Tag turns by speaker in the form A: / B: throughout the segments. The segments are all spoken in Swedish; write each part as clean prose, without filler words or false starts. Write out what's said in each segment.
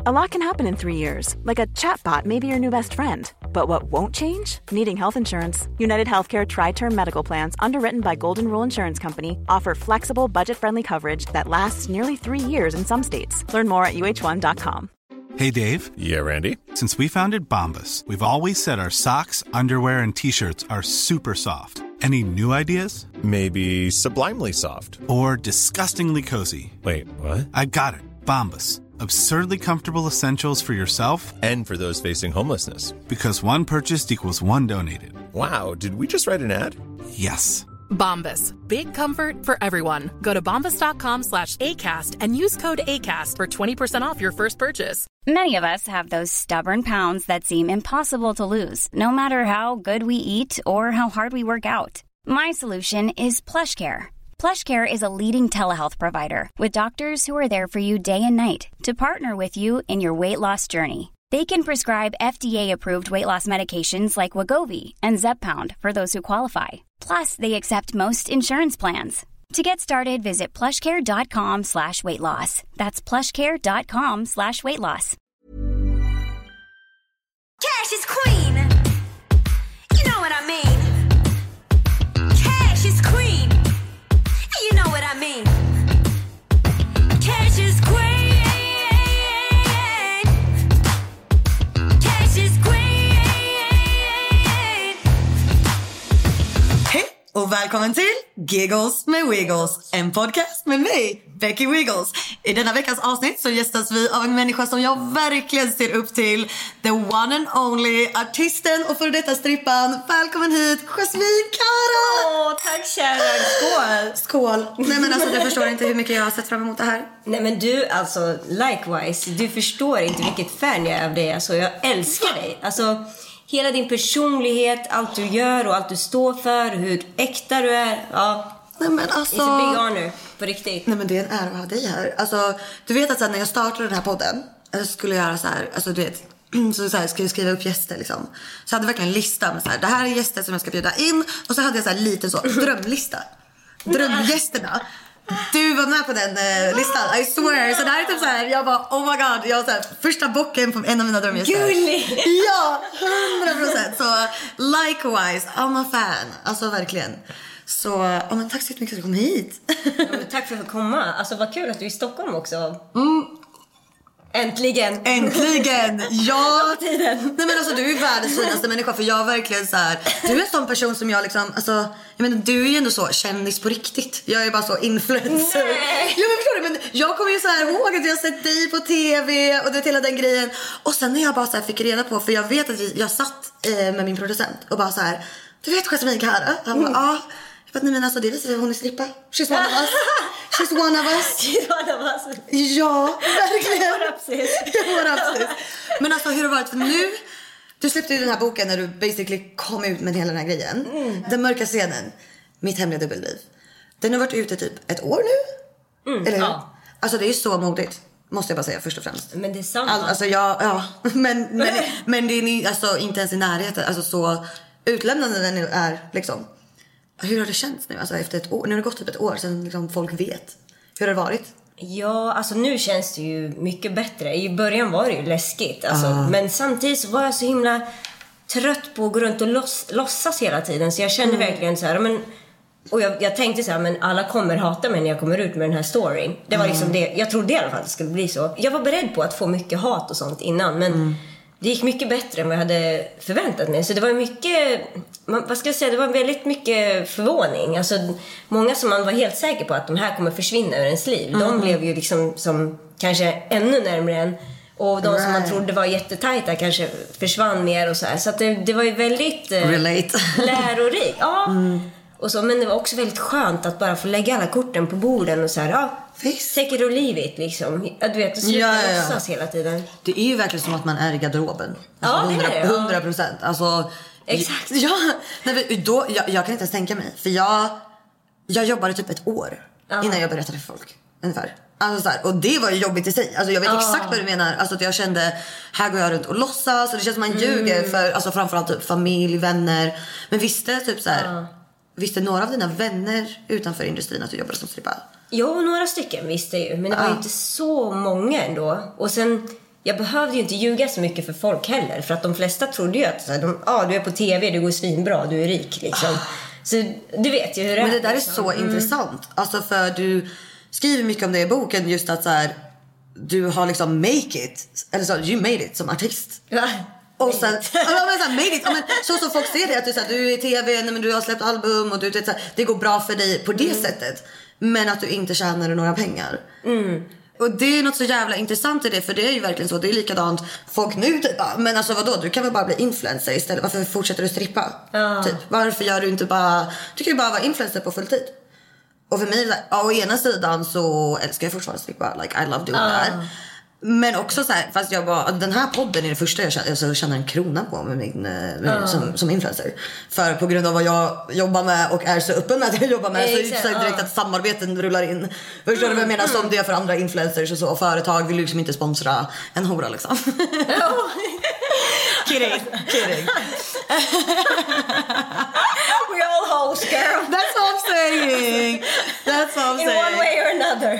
A: A lot can happen in 3 years, like a chatbot may be your new best friend. But what won't change? Needing health insurance. United Healthcare Tri-Term Medical Plans, underwritten by Golden Rule Insurance Company, offer flexible, budget-friendly coverage that lasts nearly 3 years in some states. Learn more at uh1.com.
B: Hey, Dave.
C: Yeah, Randy.
B: Since we founded Bombas, we've always said our socks, underwear, and T-shirts are super soft. Any new ideas?
C: Maybe sublimely soft.
B: Or disgustingly cozy.
C: Wait, what?
B: I got it. Bombas. Absurdly comfortable essentials for yourself
C: And for those facing homelessness.
B: Because one purchased equals one donated.
C: Wow, did we just write an ad?
B: Yes.
D: Bombas. Big comfort for everyone. Go to bombas.com/ACAST and use code ACAST for 20% off your first purchase.
E: Many of us have those stubborn pounds that seem impossible to lose, no matter how good we eat or how hard we work out. My solution is PlushCare. PlushCare is a leading telehealth provider with doctors who are there for you day and night to partner with you in your weight loss journey. They can prescribe FDA-approved weight loss medications like Wegovy and Zepbound for those who qualify. Plus, they accept most insurance plans. To get started, visit plushcare.com/weight loss. That's plushcare.com/weight loss.
F: Cash is queen. You know what I mean. Cash is queen. You know what I mean. Cash is queen. Cash is queen.
G: Hej och välkommen till Giggles med Wiggles, en podcast med mig, Becky Wiggles. I denna veckans avsnitt så gästas vi av en människa som jag verkligen ser upp till. The one and only artisten och för detta strippan. Välkommen hit, Jasmine Cara!
H: Åh, tack kärlek. Skål!
G: Skål! Nej men alltså, du förstår inte hur mycket jag har sett fram emot det här.
H: Nej men du, alltså, likewise. Du förstår inte vilket fan jag är av dig. Alltså, jag älskar dig. Alltså, hela din personlighet, allt du gör och allt du står för, hur äkta du är. Ja.
G: Nej men alltså...
H: It's a big honor, på riktigt.
G: Nej men det är en ära att ha dig här. Alltså, du vet att sen när jag startade den här podden, jag skulle göra så här, alltså du vet, så här, skulle jag skriva upp gäster liksom. Så jag hade verkligen en lista med så här, det här är gäster som jag ska bjuda in. Och så hade jag så här liten så drömlista. Drömgästerna. Du var med på den listan, I swear. Så det här är typ så här, jag bara, oh my god, jag var så här, första bocken på en av mina drömgäster.
H: Gullig!
G: Ja, 100%. Så likewise, I'm a fan. Alltså verkligen. Så, oh, men tack så mycket för att du kom hit.
H: Ja, men tack för att komma. Alltså vad kul att du är i Stockholm också. Äntligen.
G: Äntligen, ja.
H: Tiden.
G: Nej men alltså du är världens finaste människa. För jag är verkligen så här, du är en sån person som jag liksom, alltså, jag menar, du är ju ändå så kändis på riktigt. Jag är bara så influencer.
H: Nej.
G: Ja men förstår du, men jag kommer ju så här ihåg att jag har sett dig på tv och du vet hela den grejen. Och sen när jag bara så här fick reda på, för jag vet att jag satt med min producent och bara så här, du vet Jasmine Cara? Han bara, ja. Nej men alltså det visar sig, hon är strippa. She's one of us. She's one of us.
H: She's one of us.
G: Ja, verkligen.
H: What up, sis?
G: Men alltså hur har det varit? För nu, du släppte ju den här boken när du basically kom ut med hela den här grejen. Den mörka scenen, mitt hemliga dubbelliv. Den har varit ute typ ett år nu. Eller hur?
H: Ja.
G: Alltså det är så modigt, måste jag bara säga först och främst.
H: Men det är sant.
G: Alltså ja. Men det är alltså inte ens i närheten. Alltså så utlämnande den nu är liksom. Hur har det känts nu? Alltså efter ett år. Nu har det gått typ ett år sedan liksom folk vet. Hur har det varit?
H: Ja, alltså nu känns det ju mycket bättre. I början var det ju läskigt alltså. Men samtidigt så var jag så himla trött på att gå runt och låtsas hela tiden. Så jag kände verkligen så här, men, och jag tänkte så här, men alla kommer hata mig när jag kommer ut med den här storyn. Det var liksom det, jag trodde i alla fall att det skulle bli så. Jag var beredd på att få mycket hat och sånt innan, men det gick mycket bättre än vad jag hade förväntat mig. Så det var mycket, vad ska jag säga, det var väldigt mycket förvåning. Alltså många som man var helt säker på att de här kommer försvinna ur ens liv. De blev ju liksom som kanske ännu närmare än. Och de som man trodde var jättetajta kanske försvann mer och så här. Så att det var ju väldigt lärorikt. Ja. Och så, men det var också väldigt skönt att bara få lägga alla korten på borden och så här, ja, take it or leave it liksom. Du vet, och sluta låtsas hela tiden.
G: Det är ju verkligen som att man är i garderoben.
H: Alltså,
G: ja, 100%. Alltså,
H: exakt.
G: Ja, nej, då, jag kan inte ens tänka mig. För jag jobbade typ ett år innan jag berättade för folk. Ungefär. Alltså så här, och det var ju jobbigt i sig. Alltså jag vet exakt vad du menar. Alltså att jag kände, här går jag runt och låtsas. Och det känns som man ljuger för, alltså framförallt typ familj, vänner. Men visste typ så här, visste några av dina vänner utanför industrin att du jobbade som strippa?
H: Jo, några stycken visste ju. Men det var inte så många ändå. Och sen jag behövde ju inte ljuga så mycket för folk heller. För att de flesta trodde ju att du är på tv, du går svinbra, du är rik liksom. Så du vet ju hur det är.
G: Men det där
H: liksom.
G: är så intressant. Alltså för du skriver mycket om det i boken. Just att så här, du har liksom make it. Eller så, you made it som artist.
H: Ja.
G: Och sen, made it. Så som folk ser det, att du, så här, du är i tv, men du har släppt album och du, så här, det går bra för dig på det sättet. Men att du inte tjänar några pengar. Och det är något så jävla intressant i det. För det är ju verkligen så, det är likadant. Folk nu typ, men alltså vadå, du kan väl bara bli influencer istället. Varför fortsätter du strippa? Typ, varför gör du inte bara, du kan ju bara vara influencer på full tid. Och för mig, å ena sidan så älskar jag fortfarande strippa. Like I love doing that. Men också så här, fast jag bara, den här podden är det första jag tjänar en krona på med min, som influencer. För på grund av vad jag jobbar med och är så öppen med att jag jobbar med, så är det direkt att samarbeten rullar in. Förstår du vad jag menar? Som det är för andra influencers och så. Och företag vill liksom inte sponsra en hora liksom. Kidding.
H: We all hoes, girl.
G: That's what I'm saying.
H: In one way or another.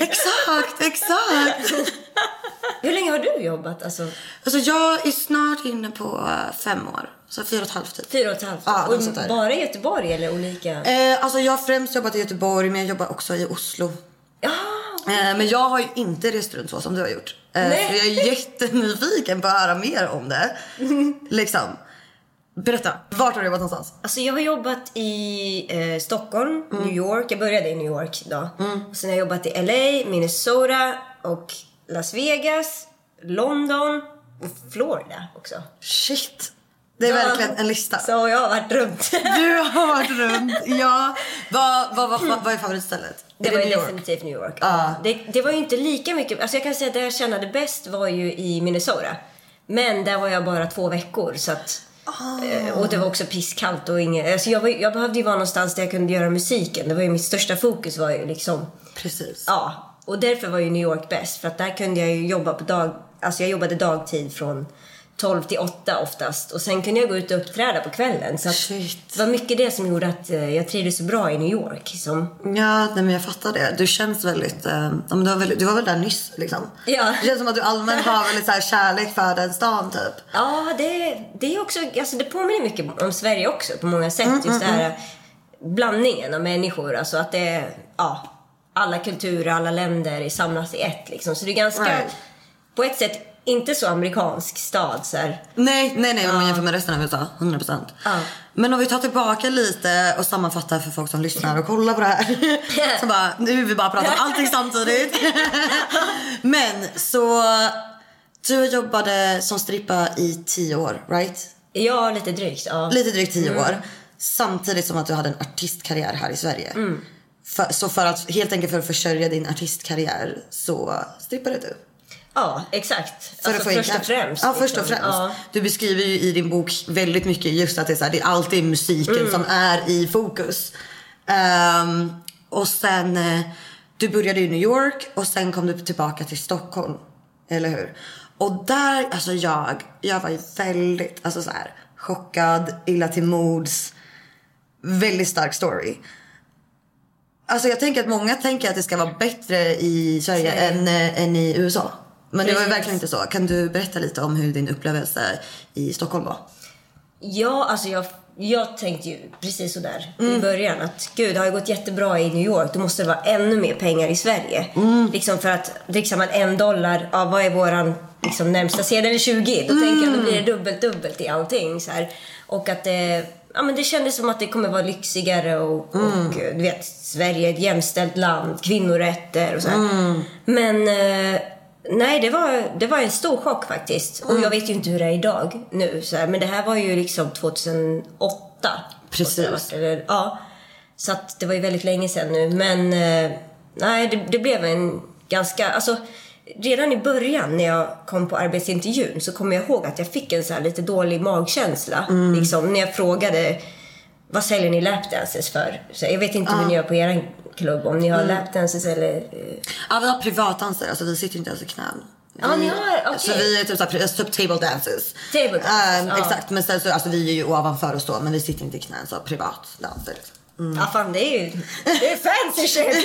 G: Exakt.
H: Hur länge har du jobbat? Alltså
G: jag är snart inne på 5 år. Så 4,5 typ.
H: 4,5.
G: Ja,
H: och bara i Göteborg eller olika?
G: Alltså jag har främst jobbat i Göteborg, men jag jobbar också i Oslo.
H: Ja.
G: Men jag har ju inte rest runt så som du har gjort. För jag är jättenyfiken på att höra mer om det. Liksom. Berätta, vart har du jobbat någonstans?
H: Alltså jag har jobbat i Stockholm, New York. Jag började i New York då. Och sen har jag jobbat i LA, Minnesota och Las Vegas, London och Florida också.
G: Shit. Det är verkligen en lista.
H: Så jag har varit runt.
G: Du har varit runt, ja. Vad är favoritstället?
H: Det var definitivt New York. Det var ju inte lika mycket. Alltså jag kan säga att det jag kände bäst var ju i Minnesota. Men där var jag bara 2 veckor. Så att, och det var också pisskallt och inget. Alltså jag behövde ju vara någonstans där jag kunde göra musiken. Det var ju mitt största fokus var ju liksom.
G: Precis.
H: Ja. Och därför var ju New York bäst. För att där kunde jag ju jobba på alltså jag jobbade dagtid från 12 till 8 oftast. Och sen kunde jag gå ut och uppträda på kvällen. Så att det var mycket det som gjorde att jag trivdes så bra i New York. Som. Ja,
G: nej, men jag fattar det. Du känns väldigt, du var väl där nyss liksom.
H: Ja.
G: Det känns som att du allmänt har väldigt så här kärlek för den stan typ.
H: Ja, det är också, alltså det påminner mycket om Sverige också på många sätt. Just det här blandningen av människor. Alltså att det är, alla kulturer, alla länder samlas i ett liksom. Så det är ganska, på ett sätt, inte så amerikansk stad så här.
G: Nej, om man jämför med resten av USA, 100%. Men om vi tar tillbaka lite och sammanfattar för folk som lyssnar och kollar på det här. Så bara, nu vi bara pratar om allting samtidigt. Men så du jobbade som strippa i 10 år, right?
H: Ja, lite drygt. Ja.
G: Lite drygt 10 år. Samtidigt som att du hade en artistkarriär här i Sverige. Så för att helt enkelt för att försörja din artistkarriär så strippade du.
H: Ja, exakt.
G: För
H: alltså, först och främst.
G: Ja, först och främst. Ja. Du beskriver ju i din bok väldigt mycket just att det är, så här, det är alltid musiken som är i fokus. Och sen, du började i New York och sen kom du tillbaka till Stockholm. Eller hur? Och där, alltså jag var ju väldigt, alltså så här, chockad, illa till mods. Väldigt stark story. Alltså jag tänker att många tänker att det ska vara bättre i Sverige än i USA. Men det var ju verkligen inte så. Kan du berätta lite om hur din upplevelse i Stockholm var? Ja,
H: alltså jag tänkte ju precis så där i början. Att gud, det har ju gått jättebra i New York. Då måste det vara ännu mer pengar i Sverige. Liksom för att liksom $1, vad är våran liksom, närmsta sedel 20? Då tänker jag, då blir det dubbelt i allting. Så här. Och att men det kändes som att det kommer vara lyxigare och du vet, Sverige är ett jämställt land, kvinnorätter och så här. Men nej, det var en stor chock faktiskt. Och jag vet ju inte hur det är idag nu så här, men det här var ju liksom 2008.
G: Precis.
H: Så att det var ju väldigt länge sedan nu. Men nej, det blev en ganska, alltså redan i början när jag kom på arbetsintervjun så kommer jag ihåg att jag fick en så här lite dålig magkänsla. Liksom, när jag frågade, vad säljer ni lapdances för? Så jag vet inte hur ni gör på er klubb, om ni har lapdances eller...
G: Ja, vi har privatdanser, alltså vi sitter inte ens i knän.
H: Ja, ni har, okej.
G: Så vi är typ table dances.
H: Table dances,
G: Exakt, men sen så, alltså vi är ju ovanför och så, men vi sitter inte i knän, så privat danser.
H: Ja fan, det är fancy shit.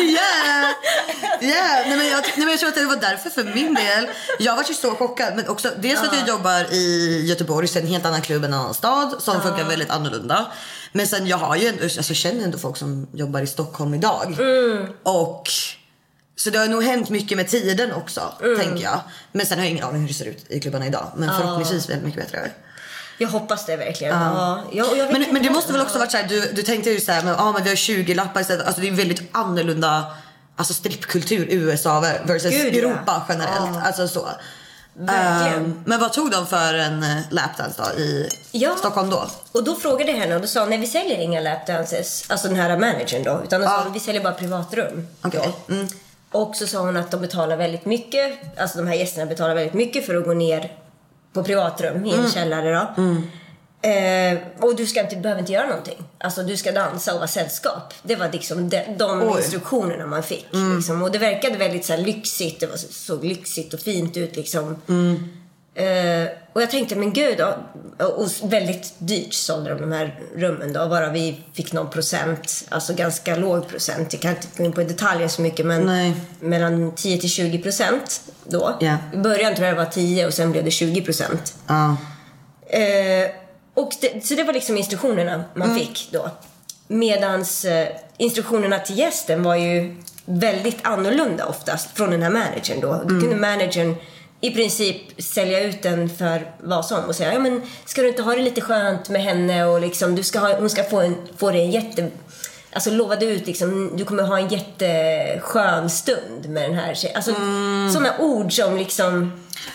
G: Yeah. Nej, men jag tror att det var därför för min del. Jag var ju så chockad. Men också dels för att jag jobbar i Göteborg, så en helt annan klubb än en annan stad som funkar väldigt annorlunda. Men sen jag har ju alltså, känner ändå folk som jobbar i Stockholm idag. Och så det har nog hänt mycket med tiden också, tänker jag. Men sen har jag ingen aning hur det ser ut i klubbarna idag. Men förhoppningsvis väldigt mycket bättre.
H: Jag hoppas det verkligen.
G: Men det måste väl också varit så här, du tänkte ju så här, men vi har 20 lappar istället. Alltså det är väldigt annorlunda, alltså strippkultur i USA versus Europa generellt. Alltså så. Men vad tog de för en lapdance då i Stockholm då?
H: Och då frågade henne och då sa, nej vi säljer inga lapdances, alltså den här managern då, utan vi säljer bara privatrum.
G: Okay.
H: Och så sa hon att de betalar väldigt mycket, alltså de här gästerna betalar väldigt mycket för att gå ner på privatrum i en källare då. Och du behöver inte göra någonting. Alltså du ska dansa och vara sällskap. Det var liksom de instruktionerna man fick liksom. Och det verkade väldigt så här lyxigt. Det var så lyxigt och fint ut liksom. Och jag tänkte, men gud då. Och väldigt dyrt sålde de här rummen då. Bara vi fick någon procent, alltså ganska låg procent. Jag kan inte gå in på detaljer så mycket, men mellan 10-20% då. I början tror jag det var 10 och sen blev det 20%. Och så det var liksom instruktionerna man fick då. Medans instruktionerna till gästen var ju väldigt annorlunda oftast från den här managern då. Då kunde managern i princip sälja ut den för vad som och säga, ja men ska du inte ha det lite skönt med henne och liksom hon ska få det en alltså lovade ut liksom, du kommer ha en jätteskön stund med den här tjejen. Alltså sådana ord som liksom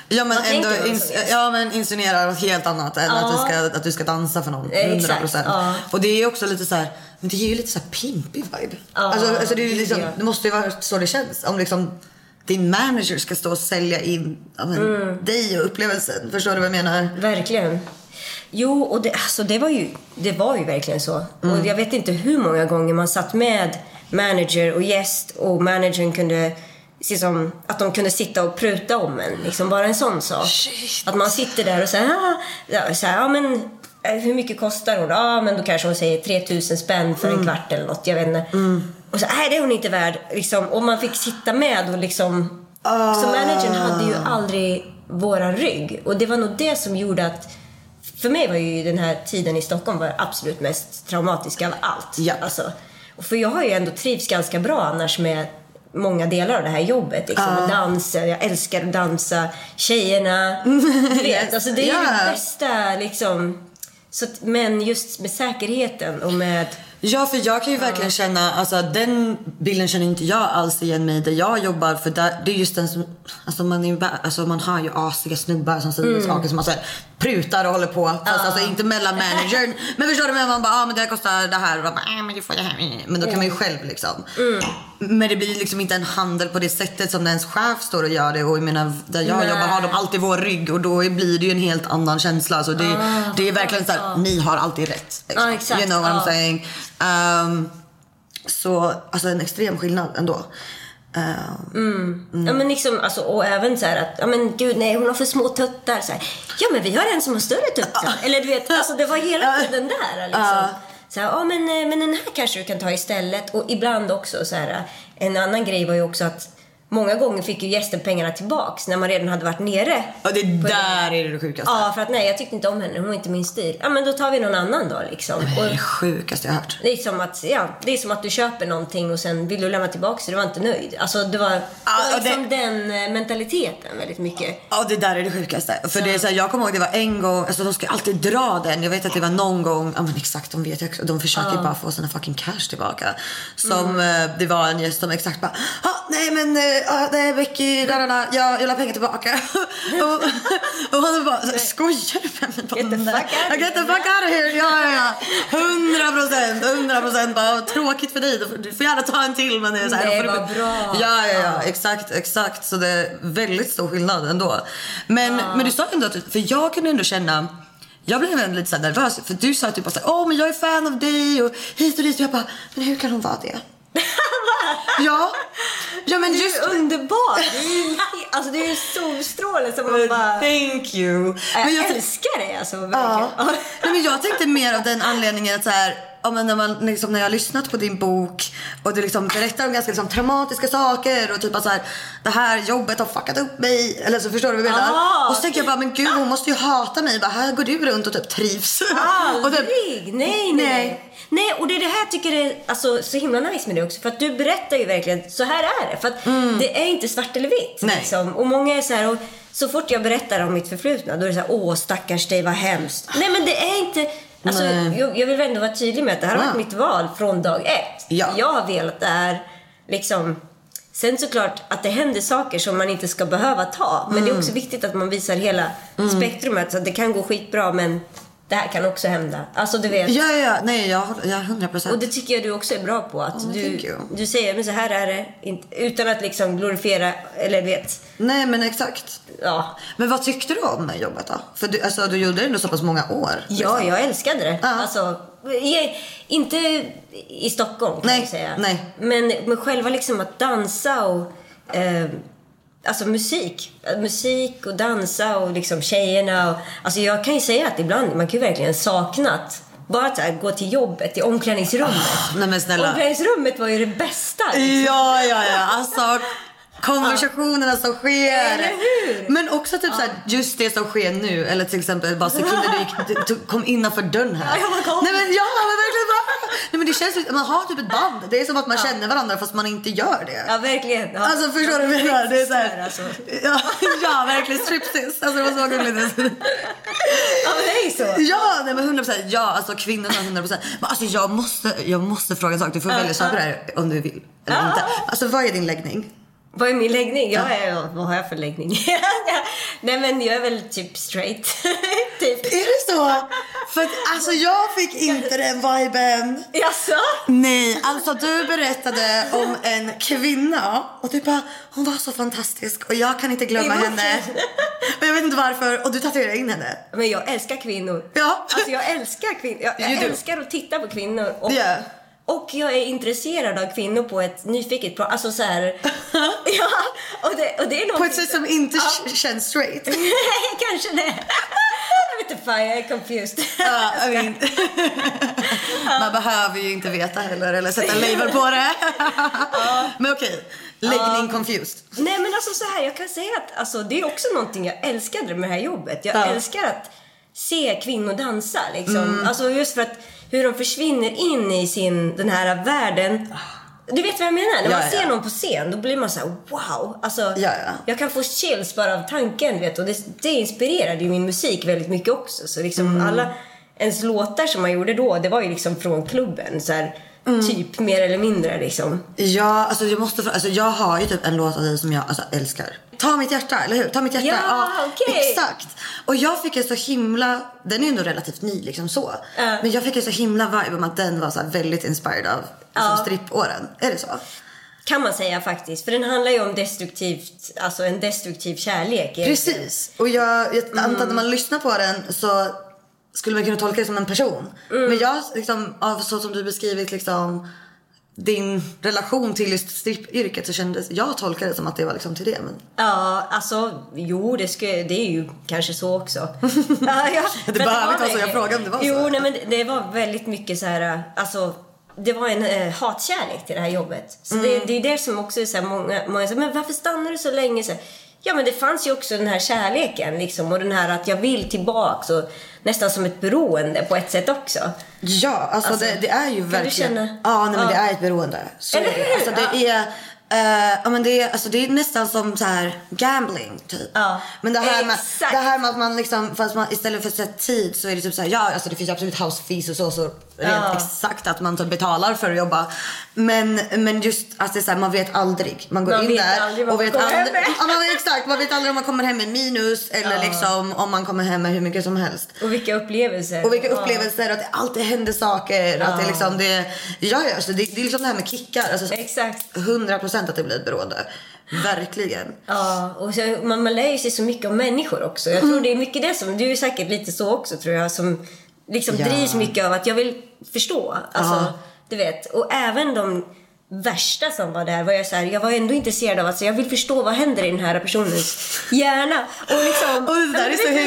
G: men insinuerar något helt annat än att du ska dansa för någon 100%. Och det är också lite så här, men det är ju lite så här pimpig vibe. Alltså det är ju liksom, det måste ju vara så det känns om liksom din manager ska stå och sälja in dig och upplevelsen. Förstår du vad jag menar?
H: Verkligen. Jo, och det var ju verkligen så. Och jag vet inte hur många gånger man satt med manager och gäst och managern kunde se som att de kunde sitta och pruta om en, liksom bara en sån sak. Shit. Att man sitter där och säger men hur mycket kostar hon? Men då kanske hon säger 3000 spänn för en kvart eller något, jag vet inte. Och så det är hon inte värd liksom. Och man fick sitta med och liksom så managern hade ju aldrig våran rygg. Och det var nog det som gjorde att för mig var ju den här tiden i Stockholm var absolut mest traumatisk av allt. Alltså, och för jag har ju ändå trivs ganska bra annars med många delar av det här jobbet liksom, med dansen, jag älskar att dansa, tjejerna du vet, alltså det är ju det bästa liksom. Så att, men just med säkerheten och med
G: för jag kan ju verkligen känna, alltså den bilden känner inte jag alls igen mig där jag jobbar, för där, det är just den som, alltså man har ju asiga snubbar som säger saker som man säger prutar och håller på, fast alltså inte mellan managern, men förstår du, men man bara, men det kostar det här och bara, men du får det här, men då kan man ju själv liksom men det blir liksom inte en handel på det sättet som när ens chef står och gör det, och jag menar, där jag jobbar har de alltid vår rygg, och då blir det ju en helt annan känsla, så det är verkligen så här, ni har alltid rätt liksom.
H: Exakt.
G: You know what I'm saying. Så alltså en extrem skillnad ändå.
H: Ja men liksom alltså, och även så här att ja men gud nej, hon har för små tuttar så här. Ja men vi har en som har större tuttar. Eller du vet, alltså det var hela tiden där liksom. Så här, men den här kanske du kan ta istället. Och ibland också så här, en annan grej var ju också att många gånger fick ju gästen pengarna tillbaks när man redan hade varit nere.
G: Och det där är det sjukaste.
H: Ja, för att nej, jag tyckte inte om henne, hon var inte min stil. Ja, men då tar vi någon annan då liksom.
G: Det är det sjukaste jag hört.
H: Det är som att du köper någonting och sen vill du lämna tillbaka så du var inte nöjd. Alltså det var liksom den mentaliteten väldigt mycket.
G: Ja, det där är det sjukaste. För det är så här, jag kommer ihåg det var en gång, alltså de ska alltid dra den. Jag vet att det var någon gång, ja men exakt, de försöker bara få sina fucking cash tillbaka. Som det var en gäst som exakt bara, nej men det är Becky, jag vill ha pengar tillbaka. och han bara, skojar du med mig? Get the fuck out of here. Ja. 100% bara, tråkigt för dig. Du får gärna ta en till, men det är så här,
H: det var bra.
G: Ja, exakt. Så det är väldigt stor skillnad ändå. Men du sa ändå att, för jag kunde ändå känna, jag blev ändå lite så nervös, för du sa typ bara så, men jag är fan av dig och hit och dit, och jag bara, men hur kan hon vara det? Ja men just
H: underbart. Alltså det är ju solstråle som man bara
G: thank you.
H: Men jag älskar det alltså verkligen.
G: Nej, men jag tänkte mer av den anledningen att så här, men när jag har lyssnat på din bok och du liksom berättar om ganska liksom traumatiska saker och typ att så här, det här jobbet har fuckat upp mig, eller så förstår du vad jag menar. Och så tänker jag bara, men gud, hon måste ju hata mig. Bara, här går du runt och typ trivs.
H: Aldrig. Nej, och det är det här jag tycker är alltså, så himla nice med det också. För att du berättar ju verkligen, så här är det. För att det är inte svart eller vitt liksom. Och många är så här, och så fort jag berättar om mitt förflutna, då är det så här, åh stackars dig, vad hemskt. Nej, men det är inte. Alltså, jag vill ändå vara tydlig med att det här har varit mitt val från dag 1.
G: Ja.
H: Jag har velat det här liksom. Sen såklart att det händer saker som man inte ska behöva ta. Men det är också viktigt att man visar hela spektrumet. Så att det kan gå skitbra, men det här kan också hända. Alltså du vet.
G: Ja, nej, jag 100%.
H: Och det tycker jag du också är bra på. Att du säger, men så här är det inte, utan att liksom glorifiera, eller vet.
G: Nej, men exakt.
H: Ja.
G: Men vad tyckte du om det jobbet då? För du gjorde det ändå så pass många år.
H: Ja, jag älskade det. Alltså, inte i Stockholm kan jag säga.
G: Nej.
H: Men själva liksom att dansa och alltså musik och dansa och liksom tjejerna och, alltså jag kan ju säga att ibland man kan ju verkligen saknat bara att gå till jobbet i omklädningsrummet.
G: Nej, men snälla.
H: Omklädningsrummet var ju det bästa liksom.
G: Ja, alltså konversationerna som sker.
H: Eller hur?
G: Men också typ så här, just det som sker nu. Eller till exempel bara sekunder du kom innanför dörren här. Nej, men verkligen bara. Nej, men det känns som man har typ ett band. Det är som att man känner varandra fast man inte gör det.
H: Ja, verkligen. Ja.
G: Alltså förstår du vad jag menar? Det är så här,
H: alltså.
G: ja, verkligen striptease. Alltså det var så gulligt.
H: Ja, men det är så.
G: Ja, nej, men 100%. Ja, alltså kvinnorna 100%. Men alltså jag måste fråga en sak. Du får välja saker här om du vill eller inte. Alltså vad är din läggning?
H: Vad är min läggning? Vad har jag för läggning? Nej, men jag är väl typ straight. Typ.
G: Är det så? För att, alltså jag fick inte den viben.
H: Jaså?
G: Nej, alltså du berättade om en kvinna och du bara, hon var så fantastisk och jag kan inte glömma henne. Och jag vet inte varför. Och du tatuerade in henne.
H: Men jag älskar kvinnor.
G: Ja.
H: Alltså jag älskar kvinnor. Jag älskar att titta på kvinnor. Och jag är intresserad av kvinnor på ett nyfiket plan. Alltså så här. Ja, och det är något.
G: På ett sätt som inte känns straight.
H: Kanske det. Jag vet inte, fan, jag är confused.
G: Ja, man behöver ju inte veta heller eller sätta en label på det. Men okej, läggning confused.
H: Nej, men alltså så här, jag kan säga att alltså, det är också någonting jag älskade med det här jobbet. Jag älskar att se kvinnor dansa liksom. Alltså just för att hur de försvinner in i den här världen. Du vet vad jag menar? När man ser någon på scen, då blir man så här, wow. Alltså, jag kan få chills bara av tanken, vet. Och det inspirerade ju min musik väldigt mycket också. Så liksom alla ens låtar som man gjorde då, det var ju liksom från klubben. Så här, typ mer eller mindre liksom. Ja,
G: alltså jag har ju typ en låt av dig som jag älskar. Ta mitt hjärta, eller hur? Ta mitt hjärta.
H: Ja, okej.
G: Exakt. Och jag fick en så himla, den är ju ändå relativt ny liksom så. Men jag fick en så himla vibe om att den var så här väldigt inspired av liksom strippåren. Är det så?
H: Kan man säga faktiskt. För den handlar ju om en destruktiv kärlek.
G: Precis. Och jag antar att när man lyssnar på den så skulle man kunna tolka det som en person. Men jag liksom, av så som du beskrivit liksom din relation till just strippyrket, så kändes jag tolkade det som att det var liksom till det, men
H: ja, alltså jo, det är ju kanske så också.
G: Det behöver inte vara så, jag frågade om det var så.
H: Jo, nej, men det var väldigt mycket så här, alltså det var en hatkärlek till det här jobbet. Så det är det som också är så här, många säger, men varför stannar du så länge så här? Ja, men det fanns ju också den här kärleken liksom, och den här att jag vill tillbaka, och nästan som ett beroende på ett sätt också.
G: Ja, alltså det är ju verkligen. Men det är ett beroende. Så
H: eller hur?
G: Alltså det är men det är nästan som så här gambling typ. Men det här med att man liksom, fast man istället för att sätta tid så är det typ så här, alltså det finns absolut house fees och så rent exakt att man typ betalar för att jobba. Men just att det är så här, man vet aldrig. Man går in där och vet aldrig. Exakt, man vet aldrig om man kommer hem med minus eller liksom om man kommer hem med hur mycket som helst.
H: Och vilka upplevelser.
G: Att det alltid händer saker, att det liksom alltså det är liksom det här med kickar, alltså
H: exakt
G: 100% att det blir ett beroende. Verkligen.
H: Ja, och så, man lär ju sig så mycket om människor också. Jag tror det är mycket det som, du är säkert lite så också tror jag, som liksom drivs mycket av att jag vill förstå. Alltså, du vet, och även de värsta som var där var jag så här, jag var ändå intresserad av att jag vill förstå vad händer i den här personens hjärna. Och liksom,
G: och det där är så himla,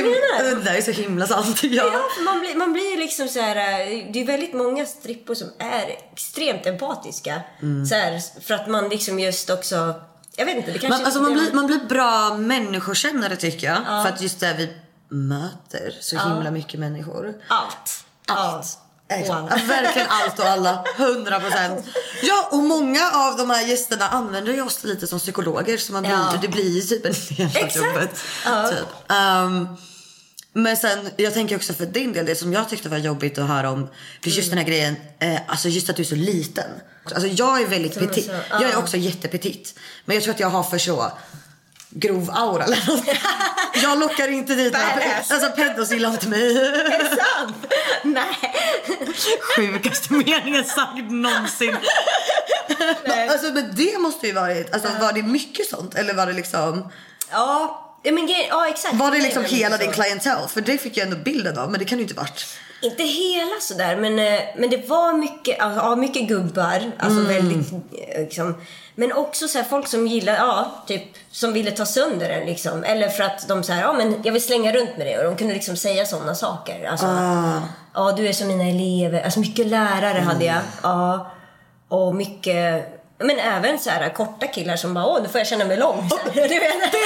G: det där är så himla sant.
H: Ja, för man blir ju liksom så här. Det är väldigt många strippor som är extremt empatiska. Så här, för att man liksom just också, jag vet inte, det kanske
G: alltså man blir bra människokännare tycker jag. För att just där vi möter så himla mycket människor.
H: Allt.
G: Verkligen allt och alla, 100%. Ja, och många av de här gästerna använder ju oss lite som psykologer. Så man blir, det blir ju typ en del av jobbet typ. Men sen, jag tänker också för din del, det som jag tyckte var jobbigt att höra om, för just den här grejen, alltså just att du är så liten. Alltså jag är väldigt petit. Jag är också jättepetit. Men jag tror att jag har för så grov aura eller något. Jag lockar inte dit. Alltså pedos gillar inte mig.
H: Är det sant? Nej.
G: Sjukaste meningen sagt någonsin. Alltså men det måste ju varit, alltså var det mycket sånt eller var det liksom?
H: Ja, exakt.
G: Var det liksom hela din klientel? För det fick jag ändå bilden av, men det kan ju inte varit.
H: Inte hela sådär, men det var mycket, mycket gubbar, alltså väldigt liksom, men också så här, folk som gillar, typ som ville ta sönder den liksom, eller för att de så här, men jag vill slänga runt med det, och de kunde liksom säga sådana saker, alltså, du är som mina elever, alltså mycket lärare hade jag, och mycket. Men även så här korta killar som bara, nu får jag känna mig lång. Du vet. 100%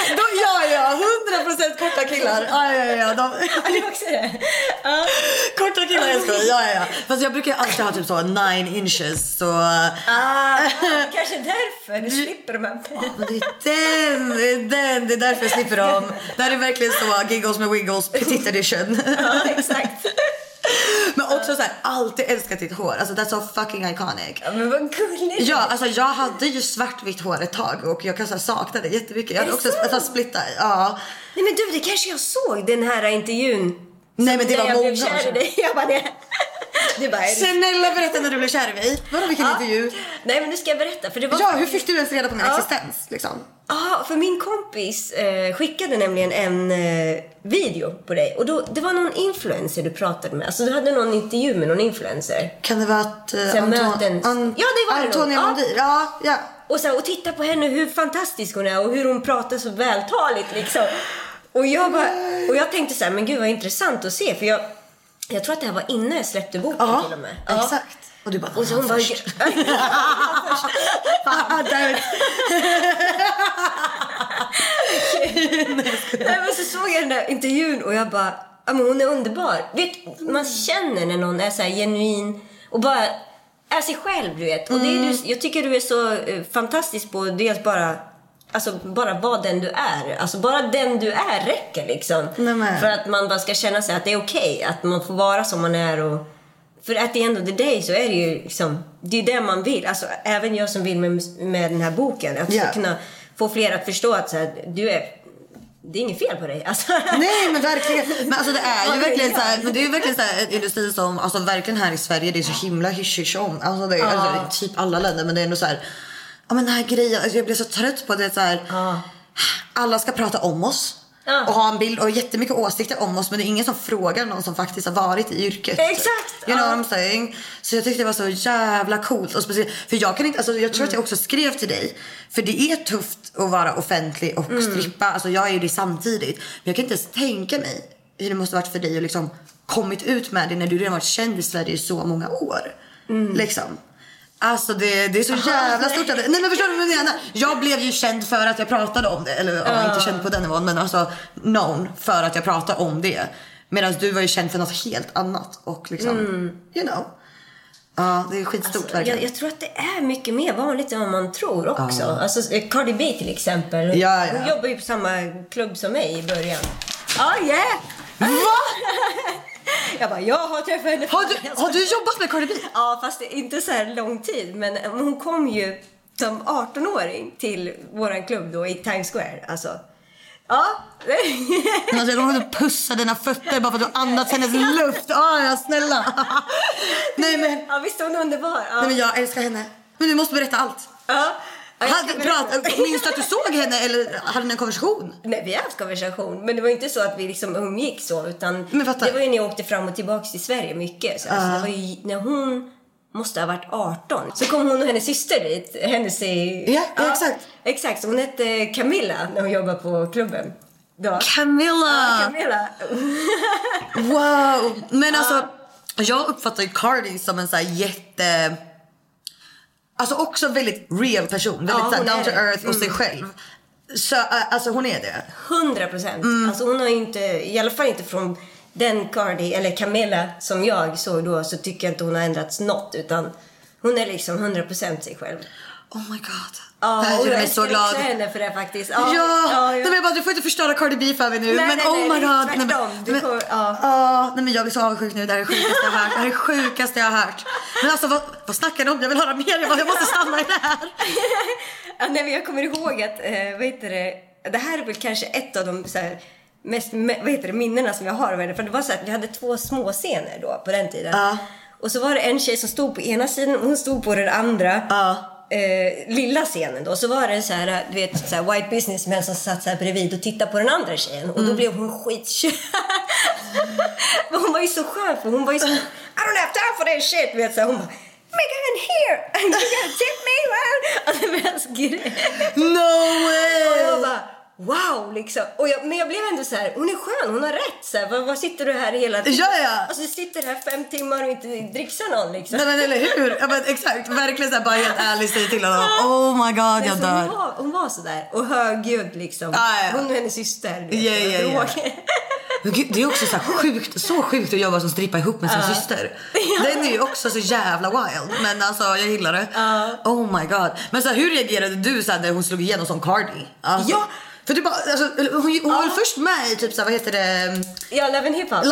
G: korta killar. Ja.
H: Det är också det.
G: Korta killar, jag skojar. Ja. Fast jag brukar alltid ha typ så 9 inches. Så...
H: kanske därför du slipper de här.
G: Det är därför jag slipper dem. Det här är verkligen så Giggles med Wiggles Petit Edition.
H: Ja, exakt.
G: Men också så här, alltid älskat ditt hår. Alltså that's so fucking iconic.
H: Ja, men vad gulligt.
G: Ja, alltså jag hade ju svartvitt hår ett tag och jag kan så här, sakna det jättemycket. Jag hade också splittat. Ja.
H: Nej men du, det kanske jag såg den här intervjun.
G: Nej men det var många år
H: sedan. Jag bara det. Du bara,
G: snälla berätta när du blev kär i mig. Vadå, vilken intervju?
H: Nej men nu ska jag berätta för det var.
G: Ja, hur fick du ens reda på min existens liksom?
H: För min kompis skickade nämligen en video på dig. Och det var någon influencer du pratade med. Alltså du hade någon intervju med någon influencer.
G: Kan det vara att
H: Antonia
G: Mandir? Ja.
H: Och titta på henne, hur fantastisk hon är. Och hur hon pratar så vältaligt liksom. Och jag tänkte så här, men gud vad intressant att se. För jag tror att det här var innan jag släppte boken till och med.
G: Ja, exakt. Och du bara,
H: och så hon bara men så såg jag den där intervjun och jag bara, men hon är underbar. Vet, man känner när någon är så här genuin och bara är sig själv, du vet. Och det är jag tycker du är så fantastisk på dels bara vad den du är. Alltså bara den du är räcker liksom. För att man bara ska känna sig att det är okej, att man får vara som man är. Och för att the end of the day så är det ju liksom, det är det man vill. Alltså även jag som vill med den här boken, att kunna få fler att förstå att så här, det är inget fel på dig alltså.
G: Nej men verkligen. Men alltså det är ju verkligen så här, men det är ju verkligen så här en industri som alltså verkligen här i Sverige, det är så himla hysch om. Alltså det är alltså, typ alla länder, men det är ändå så här, men den här grejen, alltså jag blir så trött på det så här. Alla ska prata om oss. Och ha en bild och jättemycket åsikter om oss, men det är ingen som frågar någon som faktiskt har varit i yrket.
H: Exakt.
G: You know what I'm saying? Så jag tyckte det var så jävla coolt. Och speciellt, för jag kan inte, alltså jag tror att jag också skrev till dig. För det är tufft att vara offentlig och strippa. Alltså jag är ju det samtidigt. Men jag kan inte ens tänka mig hur det måste varit för dig att liksom kommit ut med det när du redan varit känd i Sverige i så många år. Liksom. Alltså det är så jävla stort. Nej men förstår du vad jag menar? Jag blev ju känd för att jag pratade om det. Eller inte känd på den nivån, men alltså known för att jag pratade om det. Medan du var ju känd för något helt annat. Och liksom, you know. Ja, det är skitstort alltså, verkligen.
H: Jag tror att det är mycket mer vanligt än vad man tror också. Alltså Cardi B till exempel. Hon jobbar ju på samma klubb som mig i början.
G: Va?
H: Jag bara, jag har träffat henne.
G: Har du jobbat med Cardi B?
H: Ja, fast inte så här lång tid. Men hon kom ju som 18-åring till våran klubb då i Times Square. Alltså, ja.
G: Alltså, jag kommer att pussa dina fötter bara för att du andats hennes luft. Ja, snälla. Nej, men...
H: Ja, visst hon underbar. Ja.
G: Nej, men jag älskar henne. Men du måste berätta allt.
H: Ja.
G: Minns du att du såg henne eller hade ni en konversation?
H: Nej, vi har haft konversation. Men det var inte så att vi liksom umgick så. Utan det var ju när jag åkte fram och tillbaka till Sverige mycket. Så alltså, det var ju när hon måste ha varit 18. Så kom hon och hennes syster dit. Exakt. Så hon hette Camilla när hon jobbade på klubben. då.
G: Camilla!
H: Camilla.
G: Wow! Men alltså, jag uppfattar ju Cardi som en så här jätte... Alltså också väldigt real person. Väldigt så här down to earth och sig själv. Så alltså hon är det.
H: 100%. Alltså hon har ju inte, i alla fall inte från den Cardi eller Camilla som jag såg då, så tycker jag inte hon har ändrats något, utan hon är liksom 100% sig själv.
G: Oh my god.
H: Ja, och jag är
G: så glad.
H: henne för det faktiskt.
G: Du får inte förstöra Cardi B för mig nu.
H: Nej,
G: men
H: nej,
G: oh my god.
H: Nej,
G: men jag blir så avundsjuk nu. Det här är det sjukaste jag har hört. Det här är det sjukaste jag har hört. Men alltså vad snackar du om? Jag vill höra mer. Jag måste stanna i det här.
H: Ja, nej, men jag kommer ihåg att det här är väl kanske ett av de så här, mest minnena som jag har av henne. För det var så att vi hade 2 små scener då på den tiden. Och så var det en tjej som stod på ena sidan och hon stod på den andra. Lilla scenen då, så var det så här, du vet, så här white businessmen som satt så här bredvid och tittade på den andra tjejen, och då blev hon skitkär. Men hon var ju så skön, för hon var ju så, I don't have time for that shit, vet, så här, hon bara, Megan here, you gotta tip me, alltså mänsklig.
G: No way.
H: Och jag bara, wow, liksom. Men jag blev ändå så här, hon är skön, hon har rätt så här, vad sitter du här hela tiden?
G: Ja.
H: Alltså sitter här 5 timmar och inte dricksar någon liksom.
G: Nej men eller hur? Ja, men exakt, verkligen så här, bara helt ärligt säger till honom. Oh my god, jag dör.
H: Hon var så där och högljudd liksom. Hon och hennes syster.
G: Ja. Men gud, det är också så sjukt att jobba som strippa ihop med sin syster. Den är ju också så jävla wild. Men alltså jag gillar det. Oh my god. Men så här, hur reagerade du så här, när hon slog igenom som Cardi? Alltså,
H: ja.
G: För du bara, alltså, hon var väl först med i typ så här, vad heter det?
H: Ja, Love and Hip Hop.